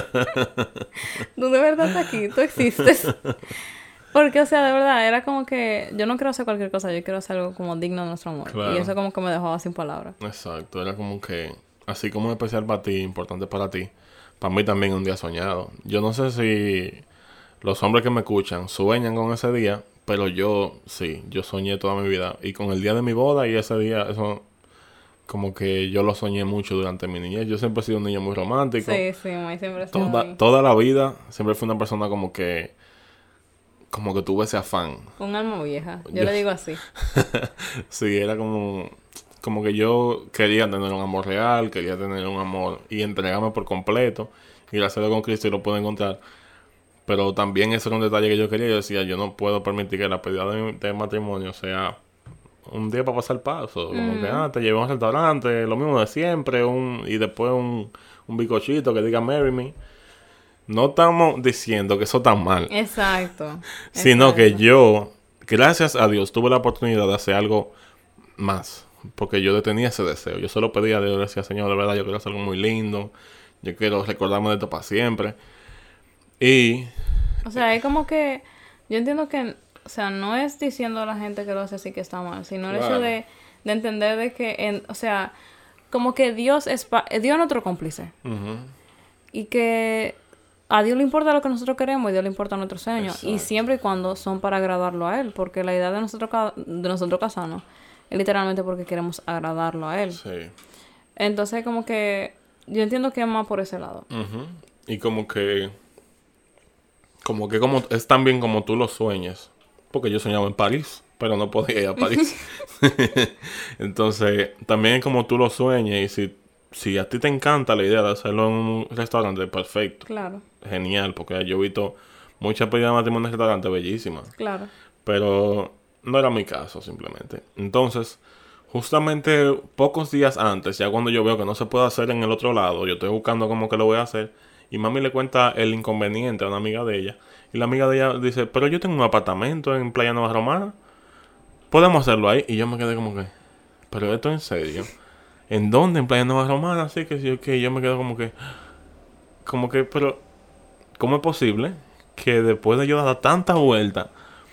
Tú de verdad estás aquí, tú existes. Porque, o sea, de verdad, era como que yo no quiero hacer cualquier cosa, yo quiero hacer algo como digno de nuestro amor. Claro. Y eso como que me dejó sin palabras. Exacto, era como que, así como es especial para ti, importante para ti, para mí también es un día soñado. Yo no sé si los hombres que me escuchan sueñan con ese día, pero yo, sí, yo soñé toda mi vida. Y con el día de mi boda y ese día, eso, como que yo lo soñé mucho durante mi niñez. Yo siempre he sido un niño muy romántico. Sí, sí, muy siempre he sido toda, muy... toda la vida, siempre fui una persona como que, como que tuve ese afán. Un alma vieja, yo, yo le digo así. Sí, era como, como que yo quería tener un amor real, quería tener un amor y entregarme por completo. Y hacerlo con Cristo y lo puedo encontrar. Pero también eso era un detalle que yo quería. Yo decía, yo no puedo permitir que la pedida de, de matrimonio sea un día para pasar paso. Como mm. que, ah, te llevé a un restaurante, lo mismo de siempre. un Y después un, un bizcochito que diga marry me. No estamos diciendo que eso está mal. Exacto. Sino Exacto. que yo, gracias a Dios, tuve la oportunidad de hacer algo más. Porque yo tenía ese deseo. Yo solo pedía a Dios, decía, Señor, de verdad, yo quiero hacer algo muy lindo. Yo quiero recordarme de esto para siempre. Y... O sea, es como que... Yo entiendo que... O sea, no es diciendo a la gente que lo hace así que está mal. Sino el claro. hecho de, de entender de que... En, o sea, como que Dios es... Pa- Dios es nuestro cómplice. Uh-huh. Y que... A Dios le importa lo que nosotros queremos y a Dios le importa nuestros sueños. Exacto. Y siempre y cuando son para agradarlo a Él. Porque la idea de nosotros, de nosotros casarnos es literalmente porque queremos agradarlo a Él. Sí. Entonces, como que... yo entiendo que es más por ese lado. Uh-huh. Y como que... Como que como es también como tú lo sueñes. Porque yo soñaba en París, pero no podía ir a París. Entonces, también es como tú lo sueñes. Y si, si a ti te encanta la idea de hacerlo en un restaurante, perfecto. Claro. Genial, porque yo he visto muchas películas de matrimonio en restaurantes bellísimas. Claro. Pero no era mi caso, simplemente. Entonces, justamente pocos días antes, ya cuando yo veo que no se puede hacer en el otro lado, yo estoy buscando cómo que lo voy a hacer. Y mami le cuenta el inconveniente a una amiga de ella. Y la amiga de ella dice, pero yo tengo un apartamento en Playa Nueva Romana. Podemos hacerlo ahí. Y yo me quedé como que, pero esto en serio. ¿En dónde? En Playa Nueva Romana. Así que sí, ok. Yo me quedo como que, como que, pero, ¿cómo es posible que después de yo dar tanta vuelta,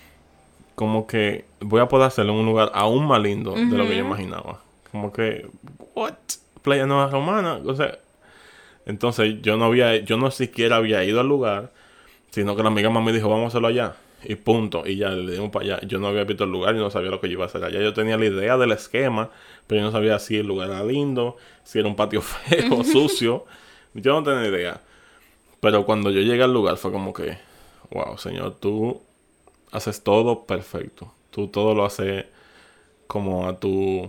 como que voy a poder hacerlo en un lugar aún más lindo uh-huh. de lo que yo imaginaba? Como que, what? Playa Nueva Romana. O sea, entonces yo no había, yo no siquiera había ido al lugar, sino que la amiga mami dijo, vamos a hacerlo allá. Y punto. Y ya le dimos para allá. Yo no había visto el lugar y no sabía lo que yo iba a hacer allá. Yo tenía la idea del esquema, pero yo no sabía si el lugar era lindo, si era un patio feo, sucio. Yo no tenía idea. Pero cuando yo llegué al lugar fue como que, wow, Señor, tú haces todo perfecto. Tú todo lo haces como a tu,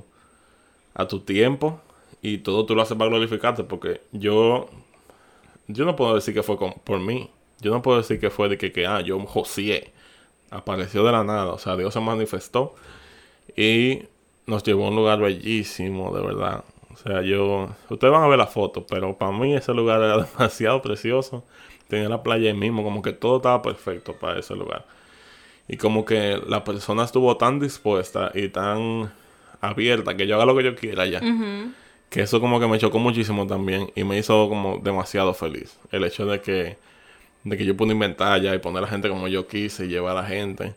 a tu tiempo. Y todo tú lo haces para glorificarte, porque yo yo no puedo decir que fue con, por mí. Yo no puedo decir que fue de que, que ah, yo José apareció de la nada. O sea, Dios se manifestó y nos llevó a un lugar bellísimo, de verdad. O sea, yo... Ustedes van a ver la foto, pero para mí ese lugar era demasiado precioso. Tenía la playa ahí mismo, como que todo estaba perfecto para ese lugar. Y como que la persona estuvo tan dispuesta y tan abierta que yo haga lo que yo quiera ya. Uh-huh. Que eso como que me chocó muchísimo también y me hizo como demasiado feliz. El hecho de que de que yo pude inventar ya y poner a la gente como yo quise y llevar a la gente.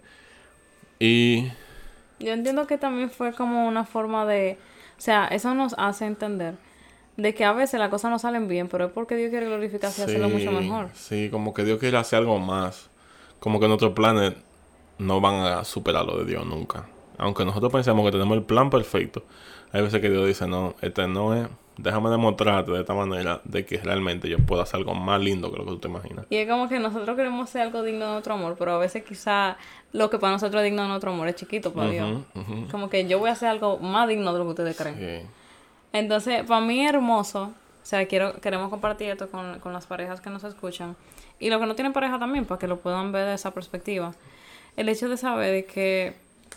Y... Yo entiendo que también fue como una forma de... O sea, eso nos hace entender de que a veces las cosas no salen bien, pero es porque Dios quiere glorificarse y sí, hacerlo mucho mejor. Sí, como que Dios quiere hacer algo más. Como que nuestros planes no van a superar lo de Dios nunca. Aunque nosotros pensemos que tenemos el plan perfecto, hay veces que Dios dice, no, este no es, déjame demostrarte de esta manera de que realmente yo puedo hacer algo más lindo que lo que tú te imaginas. Y es como que nosotros queremos ser algo digno de nuestro amor, pero a veces quizá lo que para nosotros es digno de nuestro amor es chiquito para uh-huh, Dios. Uh-huh. Como que yo voy a hacer algo más digno de lo que ustedes creen. Sí. Entonces, para mí es hermoso, o sea, quiero queremos compartir esto con, con las parejas que nos escuchan. Y los que no tienen pareja también, para que lo puedan ver de esa perspectiva. El hecho de saber de que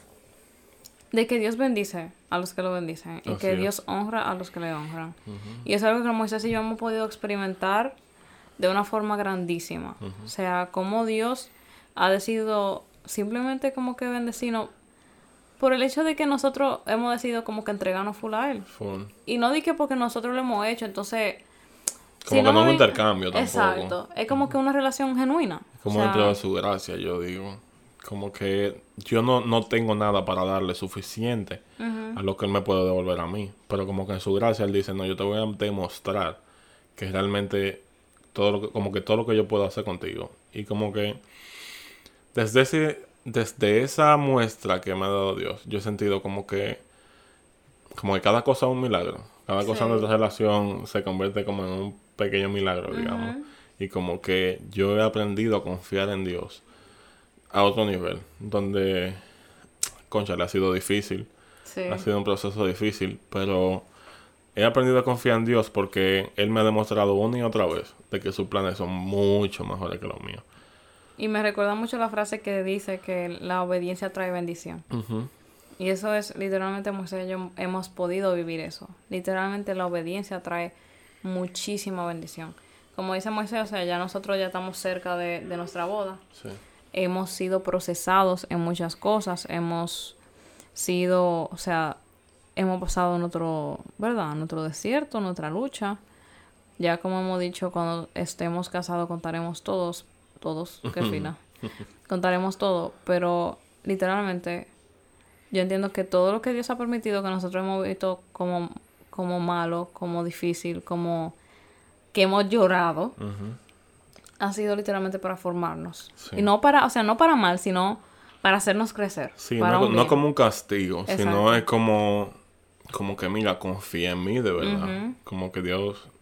de que Dios bendice a los que lo bendicen y Así que es. Dios honra a los que le honran. Uh-huh. Y eso es algo que Moisés y yo hemos podido experimentar de una forma grandísima. Uh-huh. O sea, cómo Dios ha decidido simplemente como que bendecirnos por el hecho de que nosotros hemos decidido como que entregarnos full a Él. Full. Y no di que porque nosotros lo hemos hecho, entonces... Como si que no es un intercambio tampoco. Exacto. Es como uh-huh. que una relación genuina. Como o sea, dentro de su gracia, yo digo. Como que yo no, no tengo nada para darle suficiente uh-huh. a lo que Él me puede devolver a mí. Pero como que en su gracia Él dice, no, yo te voy a demostrar que realmente todo lo que, como que todo lo que yo puedo hacer contigo. Y como que desde ese, desde esa muestra que me ha dado Dios, yo he sentido como que como que cada cosa es un milagro. Cada sí. cosa en nuestra relación se convierte como en un pequeño milagro, digamos. Uh-huh. Y como que yo he aprendido a confiar en Dios a otro nivel, donde, concha, le ha sido difícil, sí. ha sido un proceso difícil, pero he aprendido a confiar en Dios porque Él me ha demostrado una y otra vez de que sus planes son mucho mejores que los míos. Y me recuerda mucho la frase que dice que la obediencia trae bendición. Uh-huh. Y eso es, literalmente, Moisés y yo hemos podido vivir eso. Literalmente la obediencia trae muchísima bendición. Como dice Moisés, o sea, ya nosotros ya estamos cerca de, de nuestra boda. Sí. Hemos sido procesados en muchas cosas, hemos sido, o sea, hemos pasado nuestro, ¿verdad? Nuestro desierto, nuestra lucha. Ya como hemos dicho, cuando estemos casados contaremos todos, todos, qué fina, contaremos todo, pero literalmente yo entiendo que todo lo que Dios ha permitido que nosotros hemos visto como, como malo, como difícil, como que hemos llorado, uh-huh. ha sido literalmente para formarnos. Sí. Y no para, o sea, no para mal, sino para hacernos crecer. Sí, para no, no como un castigo, Exacto. sino es como, como que, mira, confía en mí de verdad. Uh-huh. Como que Dios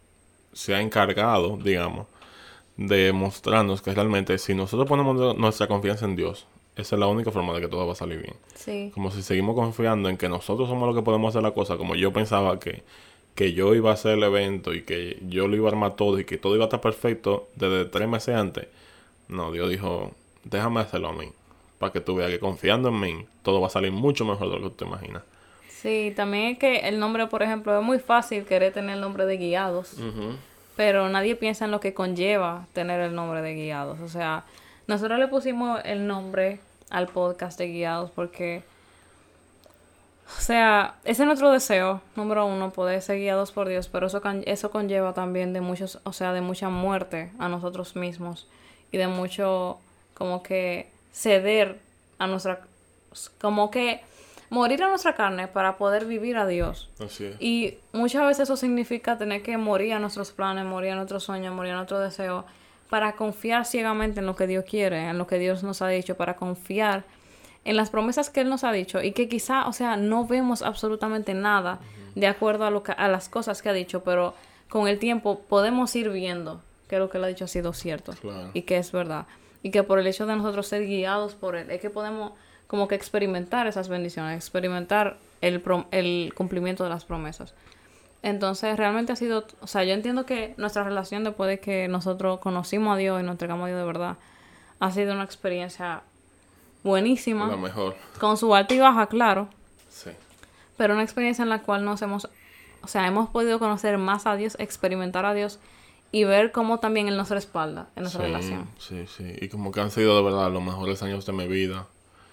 se ha encargado, digamos, de mostrarnos que realmente si nosotros ponemos nuestra confianza en Dios, esa es la única forma de que todo va a salir bien. Sí. Como si seguimos confiando en que nosotros somos los que podemos hacer la cosa, como yo pensaba que, que yo iba a hacer el evento y que yo lo iba a armar todo y que todo iba a estar perfecto desde tres meses antes. No, Dios dijo, déjame hacerlo a mí, para que tú veas que confiando en mí, todo va a salir mucho mejor de lo que tú te imaginas. Sí, también es que el nombre, por ejemplo, es muy fácil querer tener el nombre de Guiados, Uh-huh. pero nadie piensa en lo que conlleva tener el nombre de Guiados. O sea, nosotros le pusimos el nombre al podcast de Guiados porque, o sea, ese es nuestro deseo, número uno, poder ser guiados por Dios, pero eso, con- eso conlleva también de muchos, o sea, de mucha muerte a nosotros mismos y de mucho, como que, ceder a nuestra, como que, morir a nuestra carne para poder vivir a Dios. Así es. Y muchas veces eso significa tener que morir a nuestros planes, morir a nuestros sueños, morir a nuestros deseos, para confiar ciegamente en lo que Dios quiere, en lo que Dios nos ha dicho, para confiar en las promesas que Él nos ha dicho y que quizá, o sea, no vemos absolutamente nada de acuerdo a, lo que, a las cosas que ha dicho, pero con el tiempo podemos ir viendo que lo que Él ha dicho ha sido cierto Claro. y que es verdad. Y que por el hecho de nosotros ser guiados por Él, es que podemos como que experimentar esas bendiciones, experimentar el, prom- el cumplimiento de las promesas. Entonces, realmente ha sido, o sea, yo entiendo que nuestra relación después de que nosotros conocimos a Dios y nos entregamos a Dios de verdad, ha sido una experiencia buenísima, La mejor. con su alta y baja, claro, Sí. pero una experiencia en la cual nos hemos, o sea, hemos podido conocer más a Dios, experimentar a Dios y ver cómo también Él nos respalda en nuestra Sí, relación. sí, sí. Y como que han sido de verdad los mejores años de mi vida.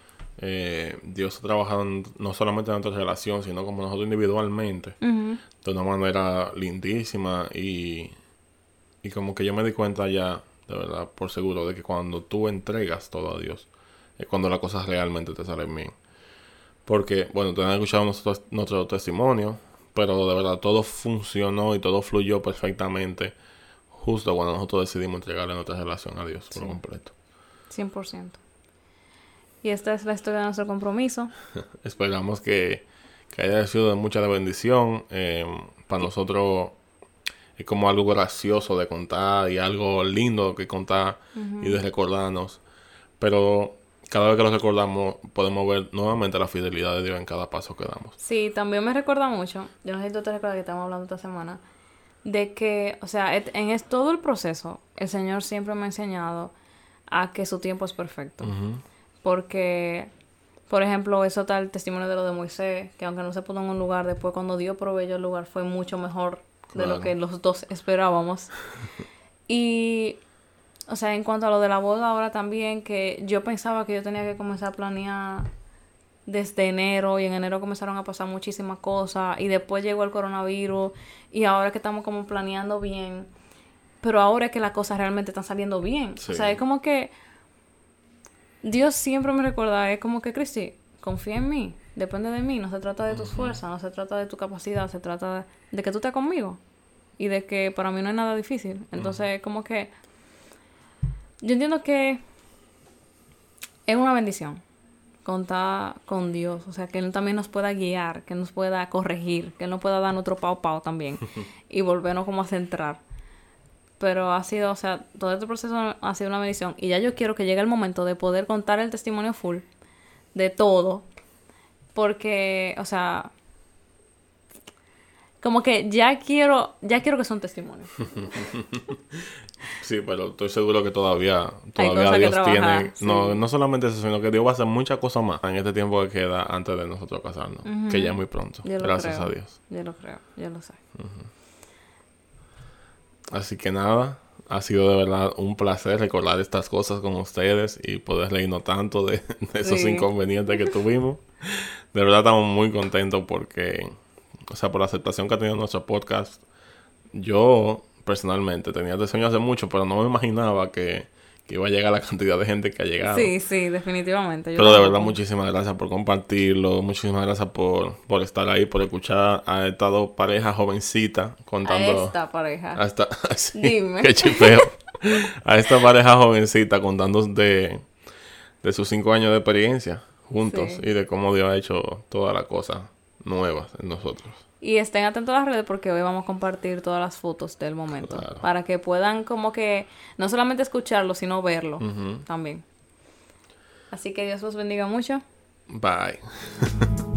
Eh, Dios ha trabajado en- no solamente en nuestra relación, sino como nosotros individualmente, Ujú. de una manera lindísima. Y, y como que yo me di cuenta ya, de verdad, por seguro, de que cuando tú entregas todo a Dios, es cuando las cosas realmente te salen bien. Porque, bueno, tú has escuchado nuestro, nuestro testimonio, pero de verdad todo funcionó y todo fluyó perfectamente justo cuando nosotros decidimos entregarle nuestra relación a Dios por Sí. completo. cien por ciento. Y esta es la historia de nuestro compromiso. Esperamos que, que haya sido de mucha bendición. Eh, para nosotros es como algo gracioso de contar y algo lindo que contar Uh-huh. y de recordarnos. Pero cada vez que lo recordamos podemos ver nuevamente la fidelidad de Dios en cada paso que damos. Sí, también me recuerda mucho, yo no sé si tú te recuerdas que estamos hablando esta semana, de que, o sea, et- en es, todo el proceso, el Señor siempre me ha enseñado a que su tiempo es perfecto. Ujú. Porque, por ejemplo, eso está el testimonio de lo de Moisés, que aunque no se puso en un lugar, después cuando Dios proveyó el lugar fue mucho mejor de Claro. lo que los dos esperábamos. Y, o sea, en cuanto a lo de la boda ahora también, que yo pensaba que yo tenía que comenzar a planear desde enero, y en enero comenzaron a pasar muchísimas cosas, y después llegó el coronavirus, y ahora que estamos como planeando bien, pero ahora es que las cosas realmente están saliendo bien. Sí. O sea, es como que Dios siempre me recuerda, es como que, Cristi, confía en mí, depende de mí, no se trata de tus fuerzas, no se trata de tu capacidad, se trata de, de que tú estés conmigo, y de que para mí no es nada difícil. Entonces, es como que yo entiendo que es una bendición contar con Dios, o sea, que Él también nos pueda guiar, que nos pueda corregir, que Él nos pueda dar otro pao pao también y volvernos como a centrar. Pero ha sido, o sea, todo este proceso ha sido una bendición. Y ya yo quiero que llegue el momento de poder contar el testimonio full de todo. Porque, o sea, como que ya quiero, ya quiero que sea un testimonio. Sí, pero estoy seguro que todavía, Hay todavía cosas que Dios trabajar, tiene... sí. No, no solamente eso, sino que Dios va a hacer muchas cosas más en este tiempo que queda antes de nosotros casarnos. Ujú. Que ya es muy pronto. Yo lo Gracias creo. a Dios. Yo lo creo, yo lo sé. Así que nada, ha sido de verdad un placer recordar estas cosas con ustedes y poder reírnos tanto de, de esos Sí. inconvenientes que tuvimos. De verdad estamos muy contentos porque, o sea, por la aceptación que ha tenido nuestro podcast. Yo, personalmente, tenía este sueño hace mucho, pero no me imaginaba que, que iba a llegar la cantidad de gente que ha llegado. Sí, sí, definitivamente. Yo Pero de tampoco. verdad, muchísimas gracias por compartirlo. Muchísimas gracias por, por estar ahí, por escuchar a esta dos parejas jovencitas contando... A esta pareja. A esta, sí, Dime. qué chipeo. A esta pareja jovencita contando de, de sus cinco años de experiencia juntos Sí. y de cómo Dios ha hecho toda la cosa nuevas en nosotros. Y estén atentos a las redes porque hoy vamos a compartir todas las fotos del momento. Claro. Para que puedan como que no solamente escucharlo, sino verlo Uh-huh. también. Así que Dios los bendiga mucho. Bye.